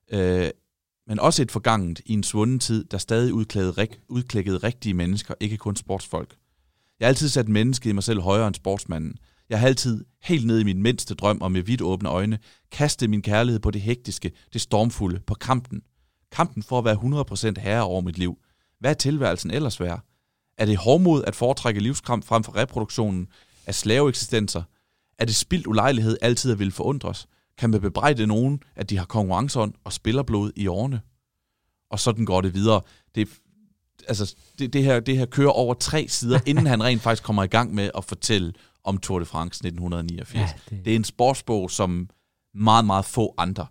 i en svunden tid, der stadig udklækkede rigtige mennesker, ikke kun sportsfolk. Jeg har altid sat mennesket i mig selv højere end sportsmanden. Jeg har altid, helt ned i min mindste drøm og med vidt åbne øjne, kastet min kærlighed på det hektiske, det stormfulde, på kampen. Kampen for at være 100% herre over mit liv. Hvad er tilværelsen ellers værd? Er det hårdmod at foretrække livskamp frem for reproduktionen af slaveeksistenser? Er det spildt ulejlighed altid at ville forundres? Kan man bebrejde nogen, at de har konkurrenceånd og spillerblod i årene? Og sådan går det videre. Det her kører over 3 sider, inden han rent faktisk kommer i gang med at fortælle om Tour de France 1989. Ja, det er en sportsbog, som meget, meget få andre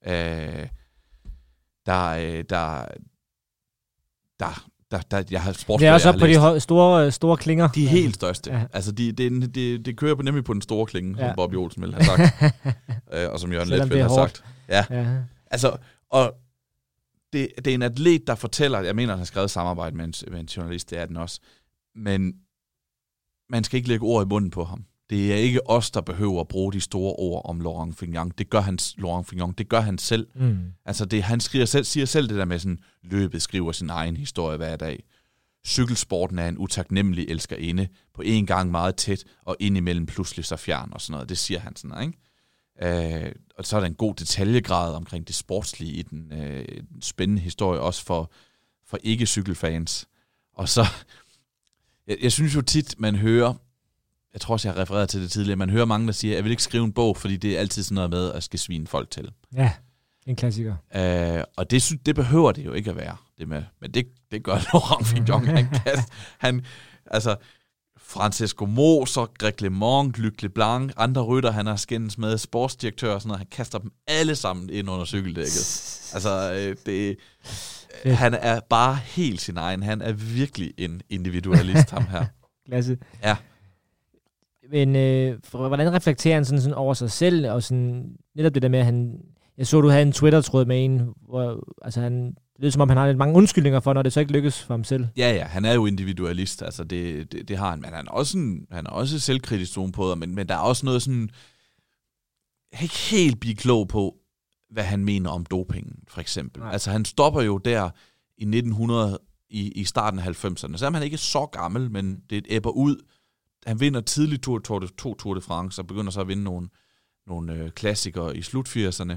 jeg har sportsbøger, det er også op på de store klinger. De er helt største. Ja. Altså, det kører nemlig på den store klinge, som Bobby Olsen ville have sagt. Og som Jørgen Leth ville have sagt. Ja. Altså, og det er en atlet, der fortæller, jeg mener, han har skrevet samarbejde med en journalist, det er den også, men man skal ikke lægge ord i munden på ham. Det er ikke os, der behøver at bruge de store ord om Laurent Fignon. Det gør han selv. Altså han siger selv det der med sådan, løbet skriver sin egen historie hver dag. Cykelsporten er en utaknemmelig elskerinde, på en gang meget tæt, og indimellem pludselig så fjern og sådan noget. Det siger han sådan, ikke? Og så er der en god detaljegrad omkring det sportslige i den spændende historie, også for ikke-cykelfans. Og så, jeg synes jo tit, man hører, jeg tror også, jeg har refereret til det tidligere, man hører mange, der siger, jeg vil ikke skrive en bog, fordi det er altid sådan noget med at skal svine folk til. Ja, en klassiker. Og det behøver det jo ikke at være, det med. Men det gør Laurent Fignon. Altså, Francesco Moser, Greg LeMond, Luc Leblanc, andre rytter, han har skændes med, sportsdirektør og sådan noget, han kaster dem alle sammen ind under cykeldækket. Altså, han er bare helt sin egen. Han er virkelig en individualist, ham her. Klasse. Ja. Men hvordan reflekterer han sådan over sig selv, og sådan, netop det der med, at jeg så, du havde en Twitter-tråd med en, hvor altså det lyder som om, han har lidt mange undskyldninger for, når det så ikke lykkes for ham selv. Ja, han er jo individualist, altså det har han, men han er også selvkritisk zone på det, men der er også noget sådan, jeg kan ikke helt blive klog på, hvad han mener om dopingen, for eksempel. Nej. Altså han stopper jo der i 1900, i starten af 90'erne, så er han ikke så gammel, men det ebber ud. Han vinder tidligt to Tour de France, og begynder så at vinde nogle klassikere i slut 80'erne.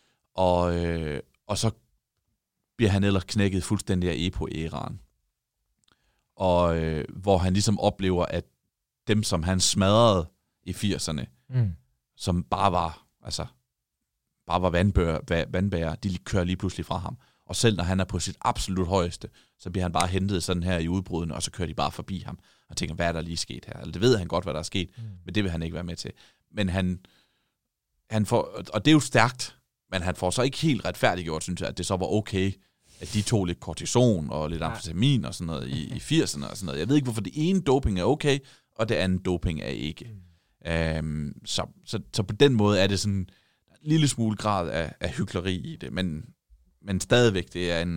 Og så bliver han ellers knækket fuldstændig af EPO-æraen. Og hvor han ligesom oplever, at dem, som han smadrede i 80'erne, som bare var vandbærer, de kører lige pludselig fra ham. Og selv når han er på sit absolut højeste, så bliver han bare hentet sådan her i udbrudene, og så kører de bare forbi ham og tænker, hvad er der lige sket her? Eller det ved han godt, hvad der er sket, men det vil han ikke være med til. Men han får, og det er jo stærkt, men han får så ikke helt retfærdiggjort, synes jeg, at det så var okay, at de tog lidt kortison og lidt amfetamin og sådan noget i 80'erne og sådan noget. Jeg ved ikke, hvorfor det ene doping er okay, og det andet doping er ikke. Så på den måde er det sådan en lille smule grad af hykleri i det, men stadigvæk, det er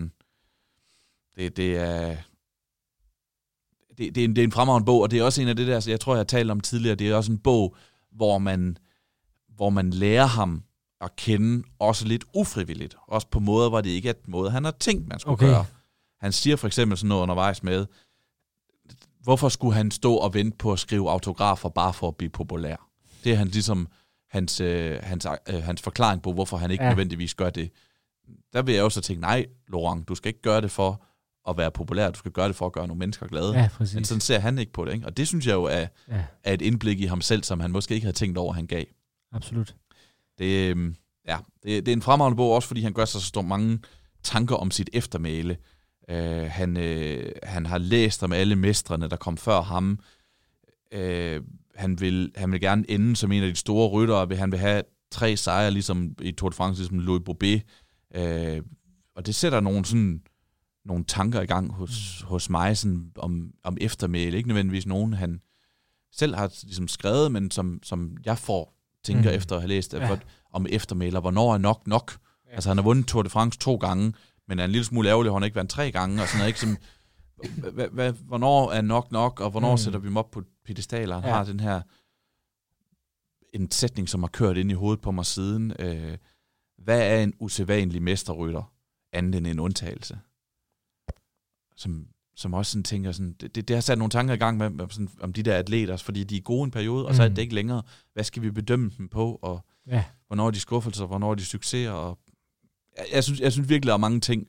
en fremragende bog, og det er også en af det der, jeg tror, jeg har talt om tidligere, det er også en bog, hvor man lærer ham at kende, også lidt ufrivilligt, også på måder, hvor det ikke er den måde, han har tænkt, man skulle gøre. Han siger for eksempel sådan noget undervejs med, hvorfor skulle han stå og vente på at skrive autografer, bare for at blive populær? Det er ligesom hans forklaring på, hvorfor han ikke nødvendigvis gør det. Der vil jeg også tænke, nej, Laurent, du skal ikke gøre det for at være populær, du skal gøre det for at gøre nogle mennesker glade. Ja, men sådan ser han ikke på det, ikke? Og det synes jeg jo er et indblik i ham selv, som han måske ikke havde tænkt over, han gav. Absolut. Det er en fremragende bog, også fordi han gør sig så mange tanker om sit eftermæle. Han har læst om alle mestrene, der kom før ham. Han vil gerne ende som en af de store ryttere. Han vil have 3 sejre, ligesom i Tour de France, ligesom Louis Bobet. Og det sætter nogle tanker i gang hos mig sådan om eftermæle. Ikke nødvendigvis nogen, han selv har ligesom skrevet, men som jeg tænker efter at have læst om eftermæle, hvornår er nok. Ja. Altså han har vundet Tour de France 2 gange, men er en lille smule ærgerlig, at han ikke vandt 3 gange, og sådan noget, ikke som, hvornår er nok, og hvornår sætter vi dem op på pedestaler? Han har den her, en sætning, som har kørt ind i hovedet på mig siden. Hvad er en usædvanlig mesterrytter, andet end en undtagelse? Som som også sådan tænker, sådan, det har sat nogle tanker i gang med sådan, om de der atleter, fordi de er gode en periode, og så er det ikke længere. Hvad skal vi bedømme dem på, og hvornår er de skuffelser, hvornår er de succeser, og jeg synes virkelig, der er mange ting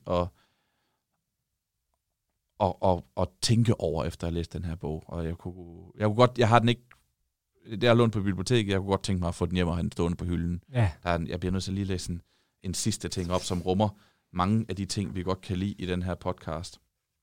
at tænke over, efter at have læst den her bog. Og jeg kunne godt, jeg har den ikke, det er lånt på biblioteket, jeg kunne godt tænke mig at få den hjem og have den stående på hylden. Ja. Jeg bliver nødt til at lige læse en sidste ting op, som rummer mange af de ting, vi godt kan lide i den her podcast.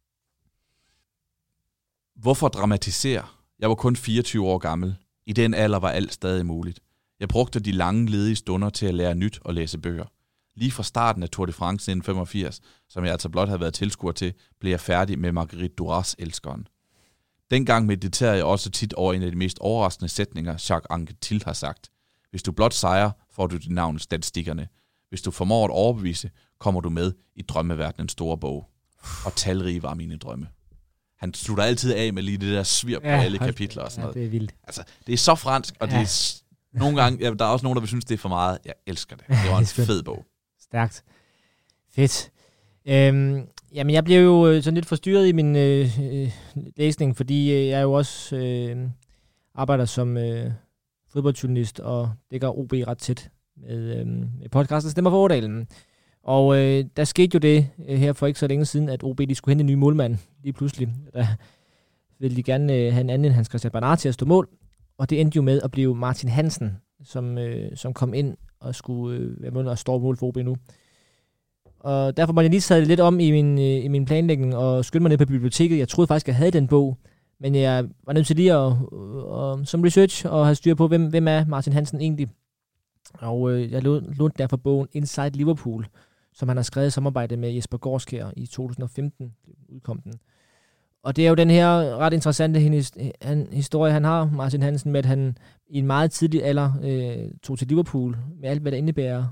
Hvorfor dramatisere? Jeg var kun 24 år gammel. I den alder var alt stadig muligt. Jeg brugte de lange, ledige stunder til at lære nyt og læse bøger. Lige fra starten af Tour de France 1985, som jeg altså blot havde været tilskuer til, blev jeg færdig med Marguerite Duras Elskeren. Dengang mediterede jeg også tit over en af de mest overraskende sætninger, Jacques Anquetil har sagt. Hvis du blot sejrer, får du dit navn i statistikkerne. Hvis du formår at overbevise, kommer du med i drømmeverdenens store bog. Og talrige var mine drømme. Han slutter altid af med lige det der svir på alle kapitler og sådan noget. Det er vildt. Altså, det er så fransk, og det er nogle gange, der er også nogen, der vil synes, det er for meget. Jeg elsker det. Det var en fed bog. Stærkt. Fedt. Jamen, jeg blev jo sådan lidt forstyrret i min læsning, fordi jeg jo også arbejder som fodboldjournalist og dækker OB ret tæt med podcasten Stemmer for Årdalen. Og der skete jo det her for ikke så længe siden, at OB de skulle hente en ny målmand lige pludselig. Der ville de gerne have en anden end Hans Christian Bernard til at stå mål. Og det endte jo med at blive Martin Hansen, som kom ind og skulle være med og stå mål for OB nu. Og derfor måtte jeg lige tage lidt om i min planlægning og skynde mig ned på biblioteket. Jeg troede faktisk, jeg havde den bog, men jeg var nødt til lige at som research og have styr på, hvem er Martin Hansen egentlig. Og jeg lånte derfor bogen Inside Liverpool, som han har skrevet i samarbejde med Jesper Gårdskjær i 2015 udkom den. Og det er jo den her ret interessante historie, han har, Martin Hansen, med at han i en meget tidlig alder tog til Liverpool, med alt, hvad det indebærer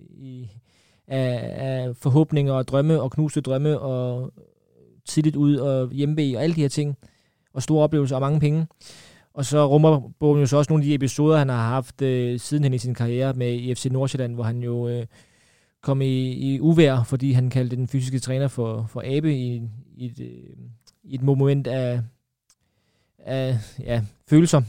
af forhåbninger og drømme og knuste drømme og tidligt ud og hjemme og alle de her ting, og store oplevelser og mange penge. Og så rummer bogen jo så også nogle af de episoder, han har haft sidenhen i sin karriere med i FC Nordsjælland, hvor han jo kom i uvejr, fordi han kaldte den fysiske træner for abe i et moment af følelser.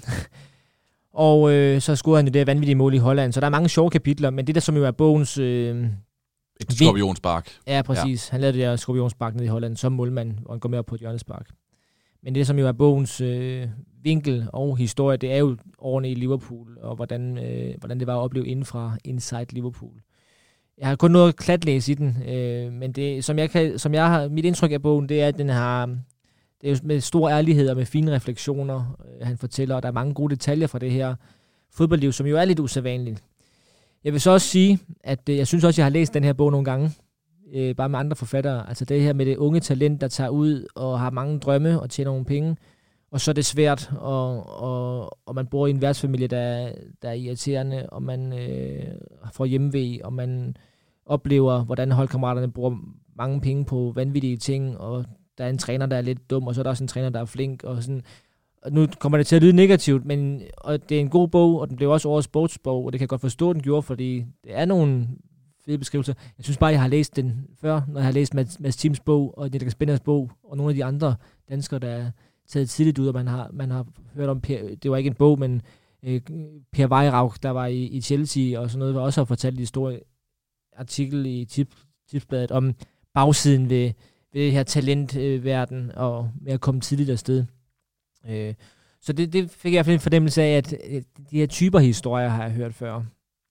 Og så scorede han jo det vanvittige mål i Holland. Så der er mange sjove kapitler, men det der som jo er bogens... et skorpionspark. Ja, præcis. Ja. Han lavede det der skorpionspark nede i Holland som målmand, og han går med op på et hjørnespark. Men det som jo er bogens vinkel og historie, det er jo årene i Liverpool, og hvordan det var at opleve indenfra Inside Liverpool. Jeg har kun noget klatlæse i den, men det, som jeg har, mit indtryk af bogen, det er, at det er jo med stor ærlighed og med fine refleksioner, han fortæller, og der er mange gode detaljer fra det her fodboldliv, som jo er lidt usædvanligt. Jeg vil så også sige, at jeg synes også, jeg har læst den her bog nogle gange, bare med andre forfattere. Altså det her med det unge talent, der tager ud og har mange drømme og tjener nogle penge, og så er det svært, og man bor i en værtsfamilie, der er irriterende, og man får hjemmevæg, og man oplever, hvordan holdkammeraterne bruger mange penge på vanvittige ting, og der er en træner, der er lidt dum, og så er der også en træner, der er flink, og sådan. Og nu kommer det til at lyde negativt, og det er en god bog, og den blev også årets sportsbog, og det kan jeg godt forstå, den gjorde, fordi det er nogle fede beskrivelser. Jeg synes bare, jeg har læst den før, når jeg har læst Mads Thims bog, og Niels Spænders bog, og nogle af de andre danskere, der er taget tidligt ud, og man har hørt om, det var ikke en bog, men Per Weiraug, der var i Chelsea, og sådan noget, var også har fortalt en stor artikel i Tipsbladet om bagsiden ved det her talentverden, og med at komme tidligt afsted. Så det fik jeg en fornemmelse af, at de her typer historier har jeg hørt før.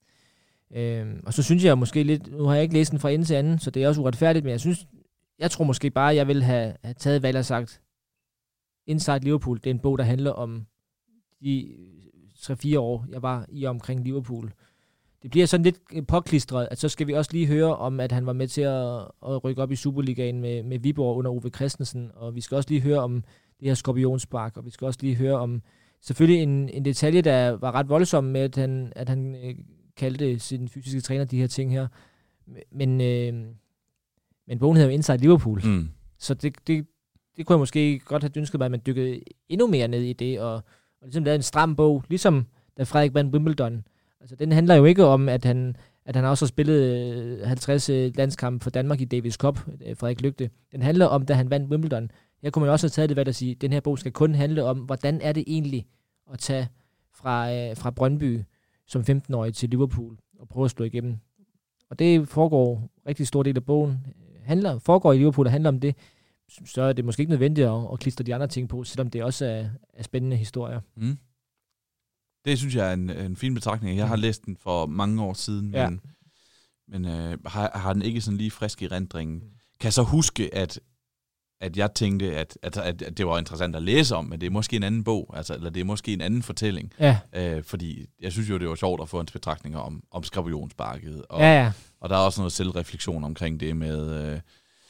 Og så synes jeg måske lidt, nu har jeg ikke læst den fra ende til anden, så det er også uretfærdigt, men jeg tror måske bare, at jeg vil have taget valg og sagt, Inside Liverpool, det er en bog, der handler om de 3-4 år, jeg var i omkring Liverpool. Det bliver sådan lidt påklistret, at så skal vi også lige høre om, at han var med til at rykke op i Superligaen med Viborg under Ove Christensen, og vi skal også lige høre om det her skorpionspark, og vi skal også lige høre om selvfølgelig en detalje, der var ret voldsom med, at han kaldte sin fysiske træner de her ting her. Men bogen hedder jo Inside Liverpool. Mm. Så det kunne jeg måske godt have ønsket mig, at man dykkede endnu mere ned i det, og ligesom lavede en stram bog, ligesom da Frederik vandt Wimbledon. Altså, den handler jo ikke om, at han også har spillet 50 landskampe for Danmark i Davis Cup, Frederik Lygte. Den handler om, da han vandt Wimbledon. Her kunne man også have taget det, hvad der siger, den her bog skal kun handle om, hvordan er det egentlig at tage fra Brøndby som 15-årig til Liverpool og prøve at slå igennem. Og det foregår rigtig stor del af bogen, foregår i Liverpool og handler om det, så er det måske ikke nødvendigt at klistre de andre ting på, selvom det også er spændende historier. Mm. Det synes jeg er en fin betragtning. Jeg har læst den for mange år siden, men har den ikke sådan lige frisk i erindringen. Kan jeg så huske, at jeg tænkte, at det var interessant at læse om, men det er måske en anden bog, altså, eller det er måske en anden fortælling. Ja. Fordi jeg synes jo, det var sjovt at få en betragtninger om Skravbjørnsparket, og der er også noget selvreflektion omkring det med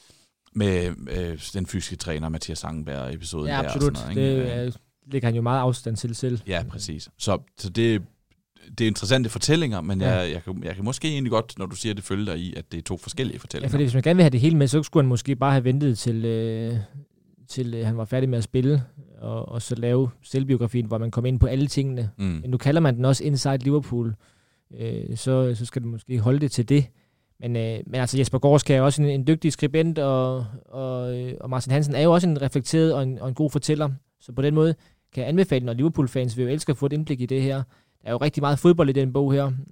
den fysiske træner, Mathias Sangenberg-episoden. Ja, absolut. Der og sådan noget, det lægger han jo meget afstand til selv. Ja, præcis. Så det er interessante fortællinger, men jeg kan måske egentlig godt, når du siger, det følger dig i, at det er to forskellige fortællinger. Ja, fordi hvis man gerne vil have det hele med, så skulle han måske bare have ventet til han var færdig med at spille, og så lave selvbiografien, hvor man kom ind på alle tingene. Men nu kalder man den også Inside Liverpool, så skal det måske holde det til det. Men altså Jesper Gårdskær er jo også en dygtig skribent, og Martin Hansen er jo også en reflekteret og en god fortæller. Så på den måde kan jeg anbefale, når Liverpool-fans vil jo elske at få et indblik i det her. Der er jo rigtig meget fodbold i den bog her.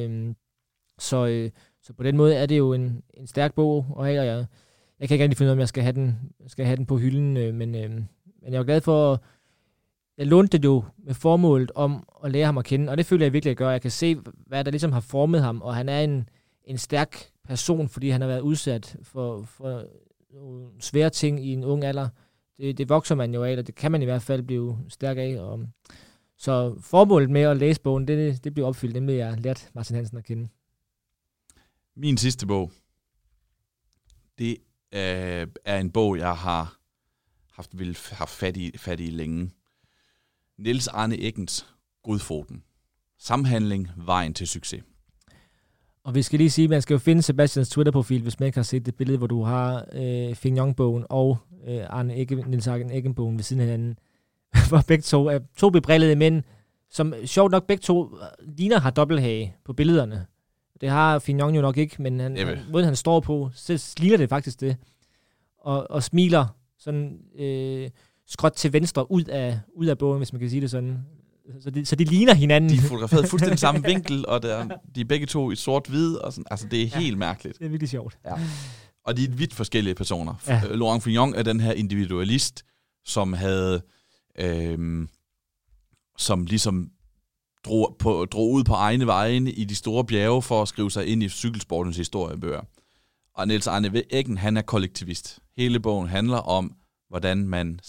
Så på den måde er det jo en stærk bog. Og jeg kan ikke rigtig finde ud af, om jeg skal have den på hylden. Men jeg er glad for, jeg lånte det jo med formålet om at lære ham at kende. Og det føler jeg virkelig at gøre. Jeg kan se, hvad der ligesom har formet ham. Og han er en stærk person, fordi han har været udsat for nogle svære ting i en ung alder. Det vokser man jo af, og det kan man i hvert fald blive stærk af. Så formålet med at læse bogen, det bliver opfyldt, nemlig jeg har lært Martin Hansen at kende. Min sidste bog, det er en bog, jeg har haft fat i længe. Niels Arne Eggens Godfoten. Samhandling, vejen til succes. Og vi skal lige sige, at man skal jo finde Sebastians Twitter-profil, hvis man ikke har set det billede, hvor du har Fignon-bogen og Niels Arne Eggen-bogen ved siden af hinanden. Hvor begge to bebrillede mænd, som sjovt nok begge to ligner har dobbelthage på billederne. Det har Fignon jo nok ikke, men måden han står på, så ligner det faktisk det. Og smiler sådan skråt til venstre ud af bogen, hvis man kan sige det sådan. Så de ligner hinanden. De er fotograferet fuldstændig samme vinkel, og de er begge to i sort-hvid. Og sådan. Altså, det er helt mærkeligt. Det er virkelig sjovt. Ja. Og de er vidt forskellige personer. Ja. Laurent Fignon er den her individualist, som havde... som ligesom drog ud på egne veje i de store bjerge for at skrive sig ind i cykelsportens historiebøger. Og Niels Arne Eggen, han er kollektivist. Hele bogen handler om, hvordan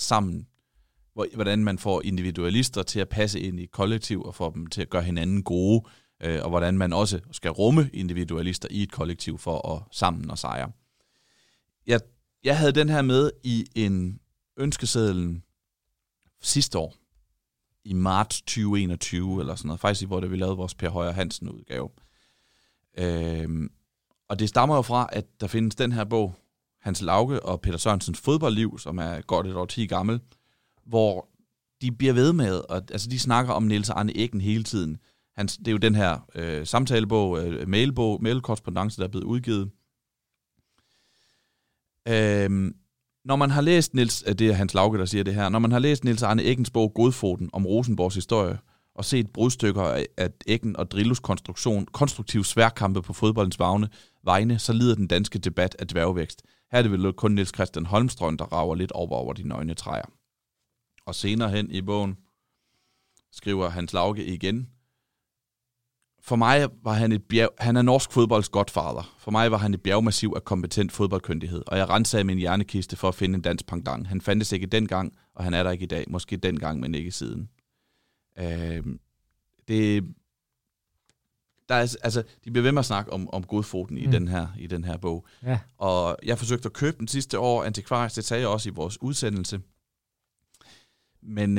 man får individualister til at passe ind i kollektiv og får dem til at gøre hinanden gode, og hvordan man også skal rumme individualister i et kollektiv for at sammen og sejre. Jeg havde den her med i en ønskesedlen sidste år, i marts 2021, eller sådan noget, faktisk hvor vi lavede vores Per Højer Hansen udgave. Og det stammer jo fra, at der findes den her bog, Hans Lauge og Peter Sørensens Fodboldliv, som er godt et år 10 gammel, hvor de bliver ved med, altså de snakker om Niels Arne Eggen hele tiden. Det er jo den her samtalebog, mailkorrespondance, der er blevet udgivet. Når man har læst det er Hans Lauge, der siger det her, når man har læst Niels Arne Eggens bog Godfoten om Rosenborgs historie, og set brudstykker af Eggen og Drillos konstruktiv sværkampe på fodboldens vegne, så lider den danske debat af dværgvækst. Her er det vel kun Niels Christian Holmstrøm, der rager lidt over de nøgne træer. Og senere hen i bogen skriver Hans Lauge igen, for mig var han er norsk fodbolds godfather. For mig var han et bjergmassiv af kompetent fodboldkyndighed, og jeg rensede min hjernekiste for at finde en dansk pendant. Han fandtes ikke dengang, og han er der ikke i dag. Måske dengang, men ikke siden. De bliver ved med at snakke om Godfoten i den her bog. Ja. Og jeg forsøgte at købe den sidste år antikvarisk, det sagde jeg også i vores udsendelse. Men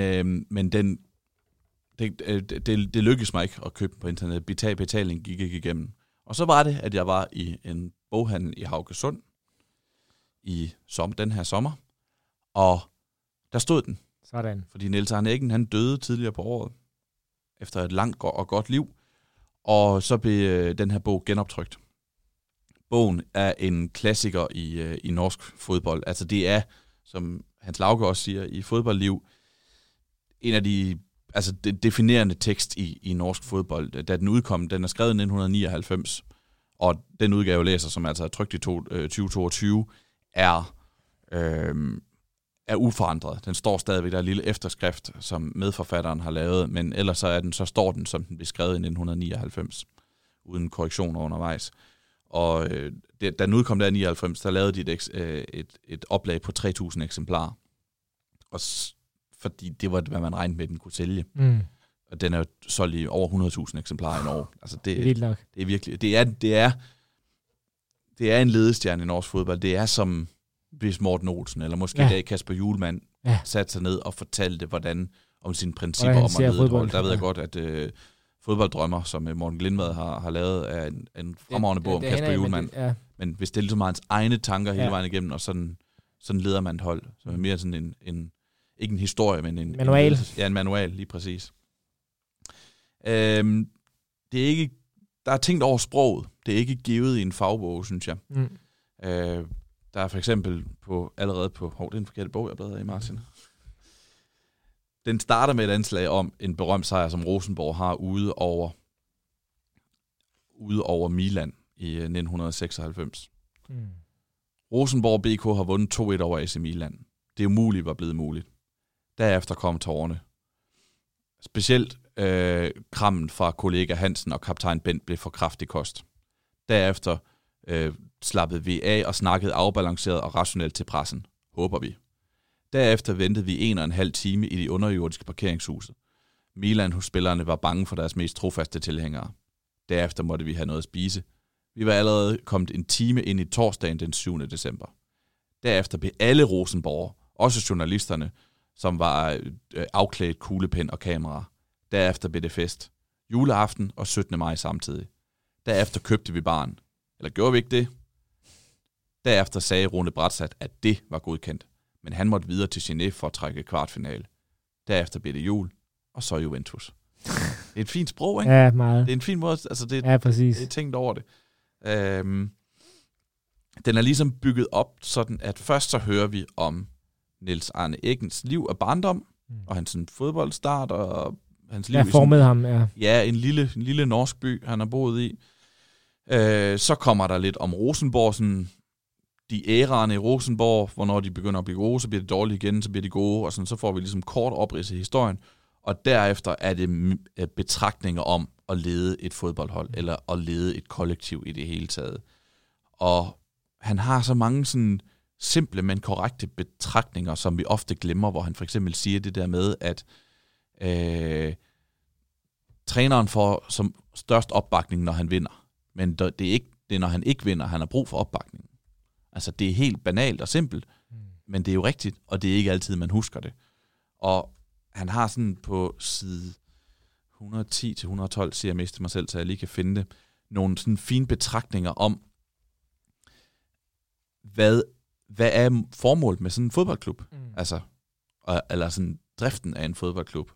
det lykkedes mig ikke at købe på internet. Betaling gik ikke igennem. Og så var det, at jeg var i en boghandel i Haugesund den her sommer, og der stod den. Sådan. Fordi Niels Arne Eggen, han døde tidligere på året, efter et langt og godt liv, og så blev den her bog genoptrykt. Bogen er en klassiker i norsk fodbold. Altså det er, som Hans Lauke også siger, i fodboldliv, en af de definerende tekst i norsk fodbold, da den udkom, den er skrevet i 1999, og den udgave, jeg læser, som altså er trykt i 2022, er uforandret. Den står stadigvæk, der er en lille efterskrift, som medforfatteren har lavet, men ellers så står den, som den blev skrevet i 1999, uden korrektioner undervejs. Og da den udkom der i 99, der lavede de et oplag på 3.000 eksemplarer. Og fordi det var, hvad man regnede med, den kunne sælge. Og den er jo solgt i over 100.000 eksemplarer i år. Altså det er virkelig, det er en ledestjerne i norsk fodbold. Det er som hvis Morten Olsen, eller måske i dag Kasper Hjulmand, satte sig ned og fortalte, om sine principper om at lede et hold. Der ved jeg godt, at Fodbolddrømmer, som Morten Glindvad har lavet, er en fremragende bog om Kasper Hjulmand. Men hvis det er ligesom hans egne tanker hele vejen igennem, og sådan leder man et hold, som er mere sådan ikke en historie, men en manual. En manual, lige præcis. Det er ikke, der er tænkt over sproget. Det er ikke givet i en fagbog, synes jeg. Der er for eksempel det er en forkert bog, jeg bladrer i, Martin. Den starter med et anslag om en berømt sejr, som Rosenborg har ude over Milan i 1996. Rosenborg BK har vundet 2-1 over AC Milan. Det umulige var blevet muligt. Derefter kom tårerne. Specielt krammen fra kollega Hansen og kaptajn Bent blev for kraftig kost. Derefter slappede vi af og snakkede afbalanceret og rationelt til pressen. Håber vi. Derefter ventede vi 1,5 time i de underjordiske parkeringshuse. Milan hos spillerne var bange for deres mest trofaste tilhængere. Derefter måtte vi have noget at spise. Vi var allerede kommet en time ind i torsdagen den 7. december. Derefter blev alle Rosenborg, også journalisterne, som var afklædt kuglepen og kamera. Derefter blev det fest. Juleaften og 17. maj samtidig. Derefter købte vi baren. Eller gjorde vi ikke det? Derefter sagde Rune Bratsat, at det var godkendt. Men han måtte videre til Genève for at trække kvartfinale. Derefter blev det jul, og så Juventus. Det er et fint sprog, ikke? Ja, meget. Det er en fin måde, altså præcis. Det er tænkt over det. Den er ligesom bygget op, sådan at først så hører vi om Niels Arne Eggens liv og barndom, og hans fodboldstart, og hans liv formede ham, en lille norsk by, han har boet i. Så kommer der lidt om Rosenborg, sådan de æraerne i Rosenborg, hvornår de begynder at blive gode, så bliver det dårligt igen, så bliver de gode, og sådan, så får vi ligesom kort opridset historien, og derefter er det betragtninger om at lede et fodboldhold, eller at lede et kollektiv i det hele taget. Og han har så mange sådan simple, men korrekte betragtninger, som vi ofte glemmer, hvor han for eksempel siger det der med, at træneren får som størst opbakning, når han vinder. Men det er ikke det, når han ikke vinder, han har brug for opbakning. Altså, det er helt banalt og simpelt, men det er jo rigtigt, og det er ikke altid, man husker det. Og han har sådan på side 110-112, siger jeg mest til mig selv, så jeg lige kan finde det, nogle sådan fine betragtninger om, hvad er formålet med sådan en fodboldklub? Altså, eller sådan driften af en fodboldklub.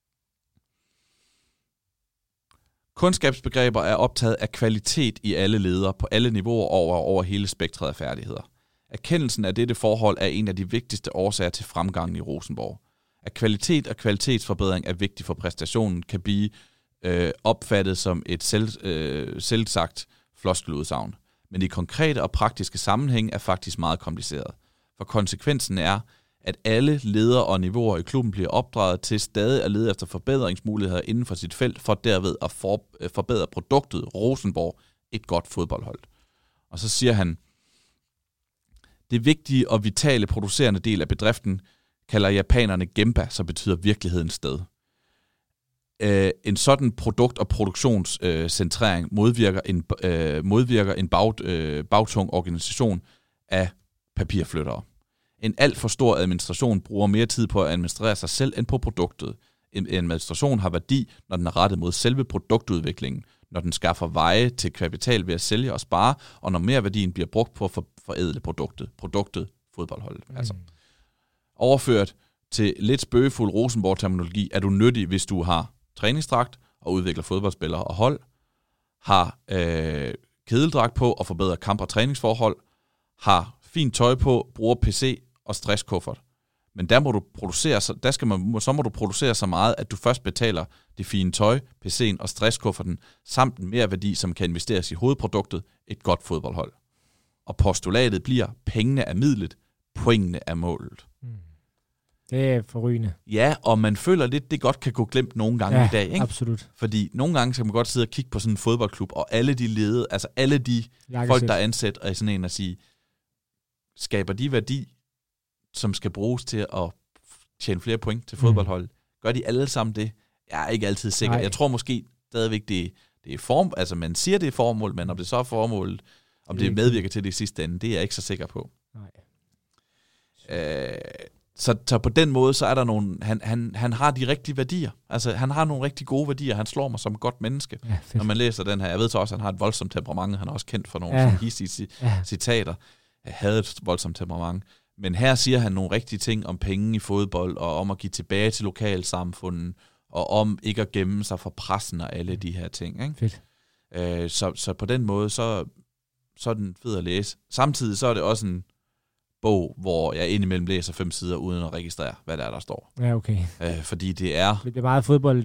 Kundskabsbegreber er optaget af kvalitet i alle ledere på alle niveauer over hele spektret af færdigheder. Erkendelsen af dette forhold er en af de vigtigste årsager til fremgangen i Rosenborg. At kvalitet og kvalitetsforbedring er vigtig for præstationen, kan blive opfattet som et selvsagt floskeludsagn. Men i konkrete og praktiske sammenhæng er faktisk meget kompliceret. For konsekvensen er, at alle ledere og niveauer i klubben bliver opdraget til stadig at lede efter forbedringsmuligheder inden for sit felt, for derved at forbedre produktet Rosenborg, et godt fodboldhold. Og så siger han, det vigtige og vitale producerende del af bedriften kalder japanerne Gemba, som betyder virkelighedens sted. En sådan produkt- og produktionscentrering modvirker en bagtung organisation af papirflyttere. En alt for stor administration bruger mere tid på at administrere sig selv end på produktet. En administration har værdi, når den er rettet mod selve produktudviklingen, når den skaffer veje til kapital ved at sælge og spare, og når mere værdien bliver brugt på at forædle produktet fodboldholdet. Altså. Overført til lidt spøgefuld Rosenborg-terminologi er du nyttig, hvis du har træningsdragt og udvikler fodboldspillere og hold, har kedeldragt på og forbedrer kamp- og træningsforhold, har fint tøj på, bruger PC og stresskuffert. Men der må du producere, så må du producere så meget, at du først betaler det fine tøj, PC'en og stresskufferten, samt en mere værdi, som kan investeres i hovedproduktet, et godt fodboldhold. Og postulatet bliver, pengene er midlet, pointene er målet. Det er forrygende. Ja, og man føler lidt, det godt kan gå glemt nogle gange i dag, ikke? Absolut. Fordi nogle gange skal man godt sidde og kigge på sådan en fodboldklub, og alle de ledede, altså alle de folk, der er ansat, er sådan en at sige, skaber de værdi, som skal bruges til at tjene flere point til fodboldholdet? Gør de alle sammen det? Jeg er ikke altid sikker. Nej. Jeg tror måske stadigvæk, det er form, altså man siger, det er formål, men om det så er formålet, om det medvirker til det i sidste ende, det er jeg ikke så sikker på. Nej. Så på den måde, så er der nogle, han har de rigtige værdier. Altså, han har nogle rigtig gode værdier. Han slår mig som et godt menneske, når man læser den her. Jeg ved så også, at han har et voldsomt temperament. Han er også kendt for nogle hissige citater. Jeg havde et voldsomt temperament. Men her siger han nogle rigtige ting om penge i fodbold, og om at give tilbage til lokalsamfundet, og om ikke at gemme sig for pressen og alle de her ting. Ikke? Fedt. Så på den måde, så er den fed at læse. Samtidig så er det også en bog, hvor jeg indimellem læser 5 sider, uden at registrere, hvad der står. Ja, okay. Fordi det er... Det bliver meget fodbold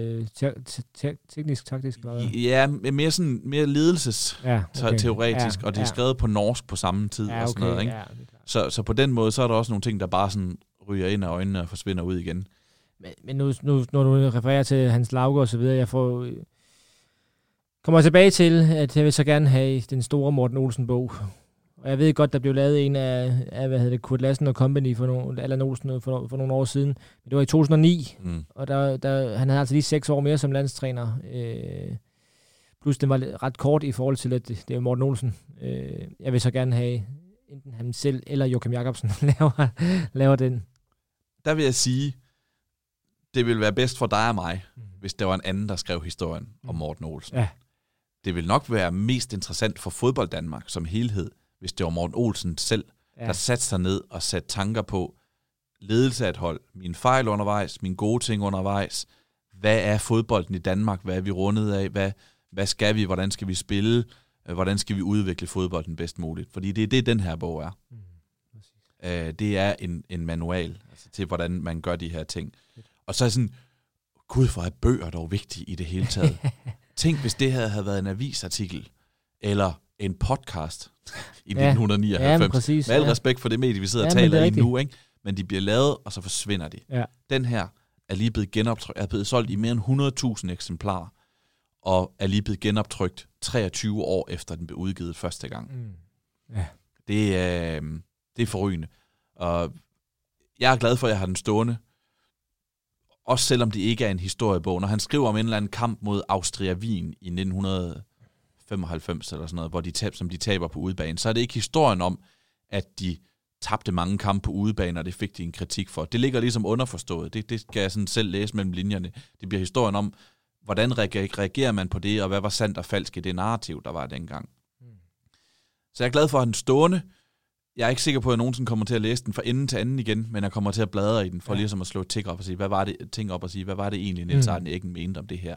teknisk, taktisk? Eller? Ja, mere ledelsesteoretisk, og det er skrevet på norsk på samme tid og sådan noget. Ikke? Ja, så på den måde, så er der også nogle ting, der bare sådan ryger ind af øjnene og forsvinder ud igen. Men nu når du refererer til Hans Lauge og så videre, jeg kommer tilbage til, at jeg vil så gerne have den store Morten Olsen-bog. Og jeg ved godt, der blev lavet en af Kurt Lassen og Company Allan Olsen for nogle år siden. Men det var i 2009, og han havde altså lige 6 år mere som landstræner. Plus den var ret kort i forhold til, at det er Morten Olsen. Jeg vil så gerne have enten ham selv eller Joachim Jacobsen laver den. Der vil jeg sige, det ville være bedst for dig og mig, hvis der var en anden, der skrev historien om Morten Olsen. Ja. Det vil nok være mest interessant for fodbold Danmark som helhed, hvis det var Morten Olsen selv, der satte sig ned og satte tanker på ledelse af et hold, mine fejl undervejs, mine gode ting undervejs, hvad er fodbolden i Danmark, hvad er vi rundet af, hvad skal vi, hvordan skal vi spille, hvordan skal vi udvikle fodbolden bedst muligt, fordi det er det, den her bog er. Det er en manual altså, til, hvordan man gør de her ting. Og så er sådan, gud, hvor er bøger dog vigtige i det hele taget. Tænk, hvis det havde været en avisartikel, eller en podcast i 1999. Præcis, med al respekt for det medie, vi sidder og taler i nu, ikke? Men de bliver lavet, og så forsvinder de. Ja. Den her er lige blevet genoptrykt, er blevet solgt i mere end 100.000 eksemplarer, og er lige blevet genoptrykt 23 år efter den blev udgivet første gang. Ja. Det er forrygende. Og jeg er glad for, at jeg har den stående. Også selvom det ikke er en historiebog. Når han skriver om en eller anden kamp mod Austria-Wien i 1995 eller sådan noget, hvor de taber på udebane, så er det ikke historien om, at de tabte mange kampe på udebane, og det fik de en kritik for. Det ligger ligesom underforstået. Det skal jeg sådan selv læse mellem linjerne. Det bliver historien om, hvordan reagerer man på det, og hvad var sandt og falsk i det narrativ, der var dengang. Så jeg er glad for at have den stående. Jeg er ikke sikker på, at jeg nogensinde kommer til at læse den fra ende til anden igen, men jeg kommer til at bladre i den, for ligesom at slå et ting op og sige, hvad var det egentlig, Niels Arden Eggen mente om det her.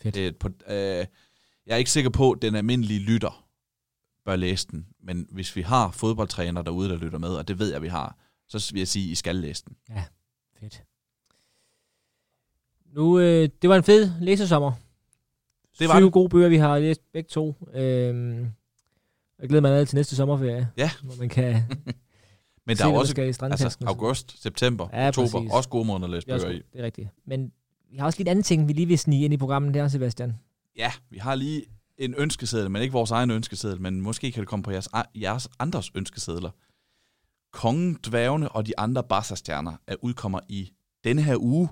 Jeg er ikke sikker på, at den almindelige lytter bør læse den, men hvis vi har fodboldtræner derude, der lytter med, og det ved jeg, vi har, så vil jeg sige, at I skal læse den. Ja, fedt. Nu, det var en fed læsesommer. Det var 7 gode bøger, vi har læst begge to. Jeg glæder mig allerede til næste sommerferie, hvor man kan men der er også august, september, oktober, præcis. Også gode måneder at læse bøger i. Det er rigtigt. Men vi har også lidt anden ting, vi lige vil snige ind i programmet der, Sebastian. Ja, vi har lige en ønskeseddel, men ikke vores egen ønskeseddel, men måske kan det komme på jeres andres ønskesedler. Kongen, dværgene og de andre Barca-stjerner er udkommet i denne her uge.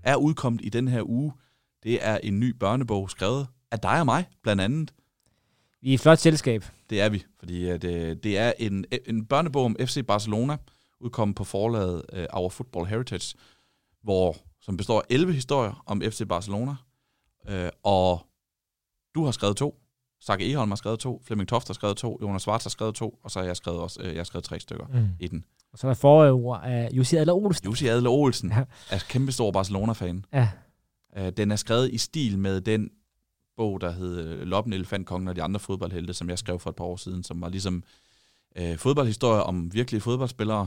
Det er en ny børnebog skrevet af dig og mig, blandt andet. Vi er et flot selskab. Det er vi, fordi det er en børnebog om FC Barcelona, udkommet på forlaget Our Football Heritage, som består af 11 historier om FC Barcelona, og du har skrevet 2, Sakke Egholm har skrevet 2, Flemming Toft har skrevet 2, Jonas Schwartz har skrevet 2, og så har jeg skrevet 3 stykker i den. Og så er der forord af Jussi Adler Olsen. Jussi Adler Olsen er kæmpestor Barcelona-fan. Ja. Den er skrevet i stil med den bog, der hed Loppen, Elefantkongen og de andre fodboldhelte, som jeg skrev for et par år siden, som var ligesom fodboldhistorie om virkelige fodboldspillere.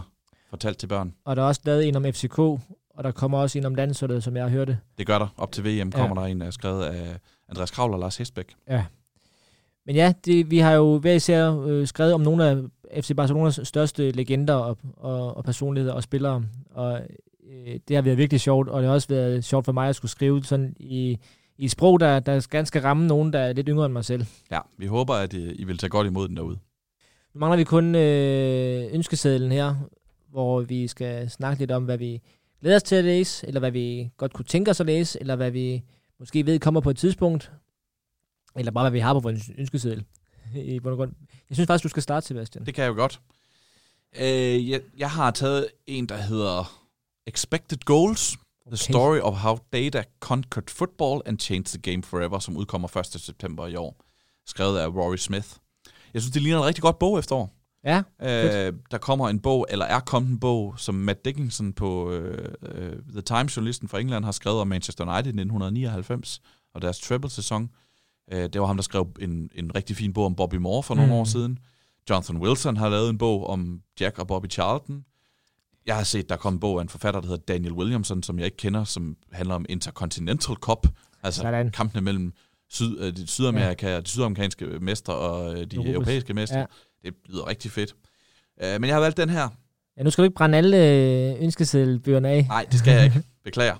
fortalt til børn. Og der er også lavet en om FCK, og der kommer også en om landsholdet, som jeg har hørt det. Det gør der. Op til VM kommer der en, skrevet af Andreas Kravl og Lars Hestbæk. Ja. Men ja, vi har jo hver især skrevet om nogle af FC Barcelonas største legender og personligheder og spillere, og det har været virkelig sjovt, og det har også været sjovt for mig at skulle skrive sådan i et sprog, der ganske ramme nogen, der er lidt yngre end mig selv. Ja, vi håber, at I vil tage godt imod den derude. Nu mangler vi kun ønskesedlen her, hvor vi skal snakke lidt om, hvad vi glæder os til at læse, eller hvad vi godt kunne tænke os at læse, eller hvad vi måske ved kommer på et tidspunkt, eller bare hvad vi har på vores ønskeseddel. Jeg synes faktisk, du skal starte, Sebastian. Det kan jeg jo godt. Jeg har taget en, der hedder Expected Goals. The Story of How Data Conquered Football and Changed the Game Forever, som udkommer 1. september i år. Skrevet af Rory Smith. Jeg synes, det ligner en rigtig godt bog efterår. Ja. Der kommer en bog, eller er kommet en bog, som Matt Dickinson på The Times-journalisten fra England har skrevet om Manchester United i 1999 og deres treble-sæson. Det var ham, der skrev en rigtig fin bog om Bobby Moore for nogle år siden. Jonathan Wilson har lavet en bog om Jack og Bobby Charlton. Jeg har set, der kom en bog af en forfatter, der hedder Daniel Williamson, som jeg ikke kender, som handler om Intercontinental Cup, altså kampene mellem Sydamerika og de sydamerikanske mestre og de europæiske mestre. Ja. Det lyder rigtig fedt. Men jeg har valgt den her. Ja, nu skal du ikke brænde alle ønskeseddelbøgerne af. Nej, det skal jeg ikke. Beklager.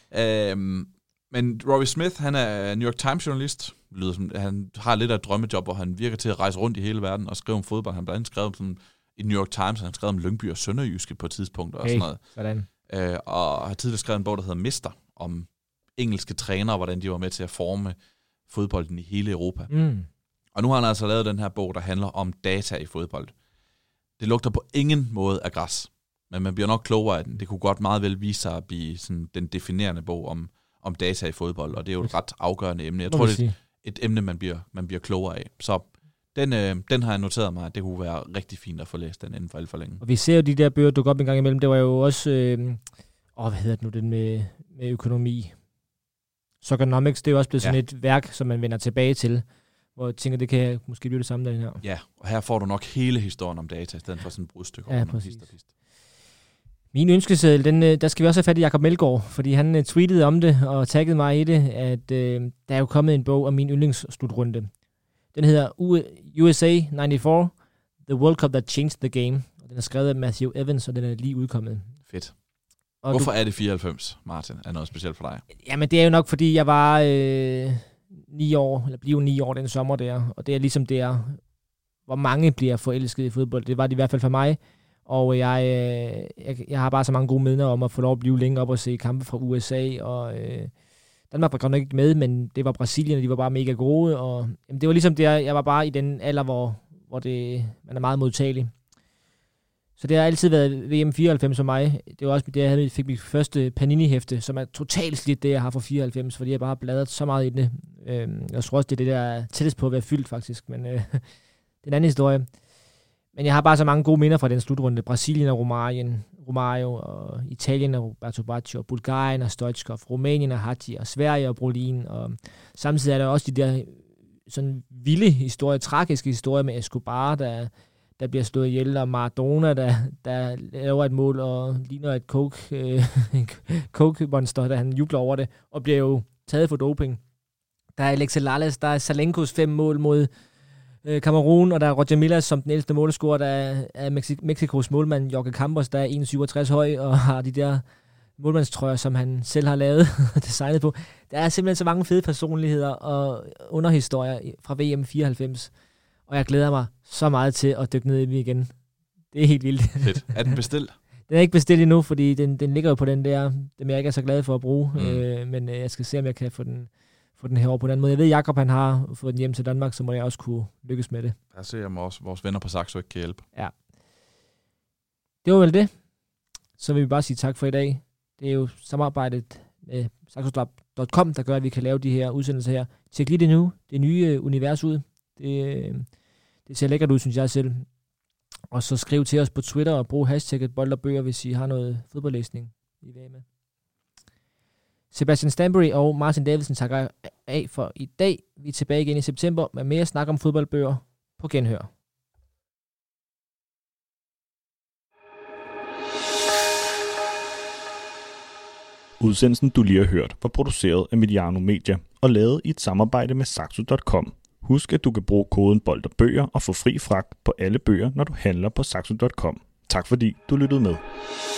Men Rory Smith, han er New York Times-journalist. Han har lidt af et drømmejob, hvor han virker til at rejse rundt i hele verden og skrive om fodbold. Han blandt andet skrevet om i New York Times, han skrev om Lyngby og Sønderjyske på et tidspunkt og sådan noget. Og har tidligere skrevet en bog, der hedder Mister, om engelske trænere, hvordan de var med til at forme fodbolden i hele Europa. Og nu har han altså lavet den her bog, der handler om data i fodbold. Det lugter på ingen måde af græs, men man bliver nok klogere af den. Det kunne godt meget vel vise sig at blive sådan den definerende bog om data i fodbold, og det er jo et ret afgørende emne. Jeg tror, det er et emne, man bliver klogere af. Så den har jeg noteret mig, at det kunne være rigtig fint at få læst den inden for alt for længe. Og vi ser jo de der bøger dukke op en gang imellem. Det var jo også, hvad hedder det nu, den med økonomi. Soconomics, det er jo også blevet sådan et værk, som man vender tilbage til, hvor jeg tænker, det kan måske blive det samme, den her. Ja, og her får du nok hele historien om data, i stedet for sådan et brudstykke. Ja, præcis. Min ønskeseddel, der skal vi også have fat i Jakob Melgaard, fordi han tweetede om det og taggede mig i det, at der er jo kommet en bog om min yndlingsslutrunde. Den hedder USA 94, The World Cup That Changed the Game. Og den er skrevet af Matthew Evans, og den er lige udkommet. Fedt. Og hvorfor er det 94, Martin? Er noget specielt for dig? Jamen, det er jo nok, fordi jeg var 9 år, eller blev 9 år den sommer der. Og det er ligesom der, hvor mange bliver forelsket i fodbold. Det var det i hvert fald for mig. Og jeg har bare så mange gode minder om at få lov at blive længe op og se kampe fra USA. Og Danmark var godt nok ikke med, men det var Brasilien, og de var bare mega gode. Og jamen, det var ligesom der, jeg var bare i den alder, hvor man er meget modtagelig. Så det har altid været VM 94 for mig. Det var også det, jeg fik mit første Panini-hæfte, som er totalt slidt det, jeg har fra 94, fordi jeg bare har bladret så meget i det. Jeg tror også, det er det, der er tættest på at være fyldt, faktisk. Men det er en anden historie. Men jeg har bare så mange gode minder fra den slutrunde. Brasilien og Romario, og Italien og Roberto Baggio, Bulgarien og Stoichkov, Rumænien og Hadji, og Sverige og Brolin. Og samtidig er der også de der sådan vilde historier, tragiske historier med Escobar, der bliver slået ihjel, og Maradona, der laver et mål og ligner et coke-monster, da han jubler over det, og bliver jo taget for doping. Der er Alexis Lalas, der er Salenkos 5 mål mod Cameroon, og der er Roger Millas som den ældste målscorer, der er Mexikos målmand Jorge Campos, der er 1,67 høj, og har de der målmandstrøjer, som han selv har lavet og designet på. Der er simpelthen så mange fede personligheder og underhistorier fra VM 94, og jeg glæder mig så meget til at dykke ned i dem igen. Det er helt vildt. Fedt. Er den bestilt? Den er ikke bestilt endnu, fordi den ligger jo på den der, dem jeg ikke er så glad for at bruge, men jeg skal se, om jeg kan få den herover på den måde. Jeg ved, Jakob han har fået den hjem til Danmark, så må jeg også kunne lykkes med det. Jeg ser, om også vores venner på Saxo ikke kan hjælpe. Ja. Det var vel det. Så vil vi bare sige tak for i dag. Det er jo samarbejdet med Saxo.com, der gør, at vi kan lave de her udsendelser her. Tjek lige det nye univers ud. Det ser lækkert ud, synes jeg selv. Og så skriv til os på Twitter og brug hashtagget bold og bøger, hvis I har noget fodboldlæsning, I vil med. Sebastian Stanbury og Martin Davidsen takker af for i dag. Vi er tilbage igen i september med mere snak om fodboldbøger på genhør. Udsendelsen, du lige har hørt, var produceret af Mediano Media og lavet i et samarbejde med Saxo.com. Husk, at du kan bruge koden Bold og Bøger og få fri fragt på alle bøger, når du handler på Saxo.com. Tak fordi du lyttede med.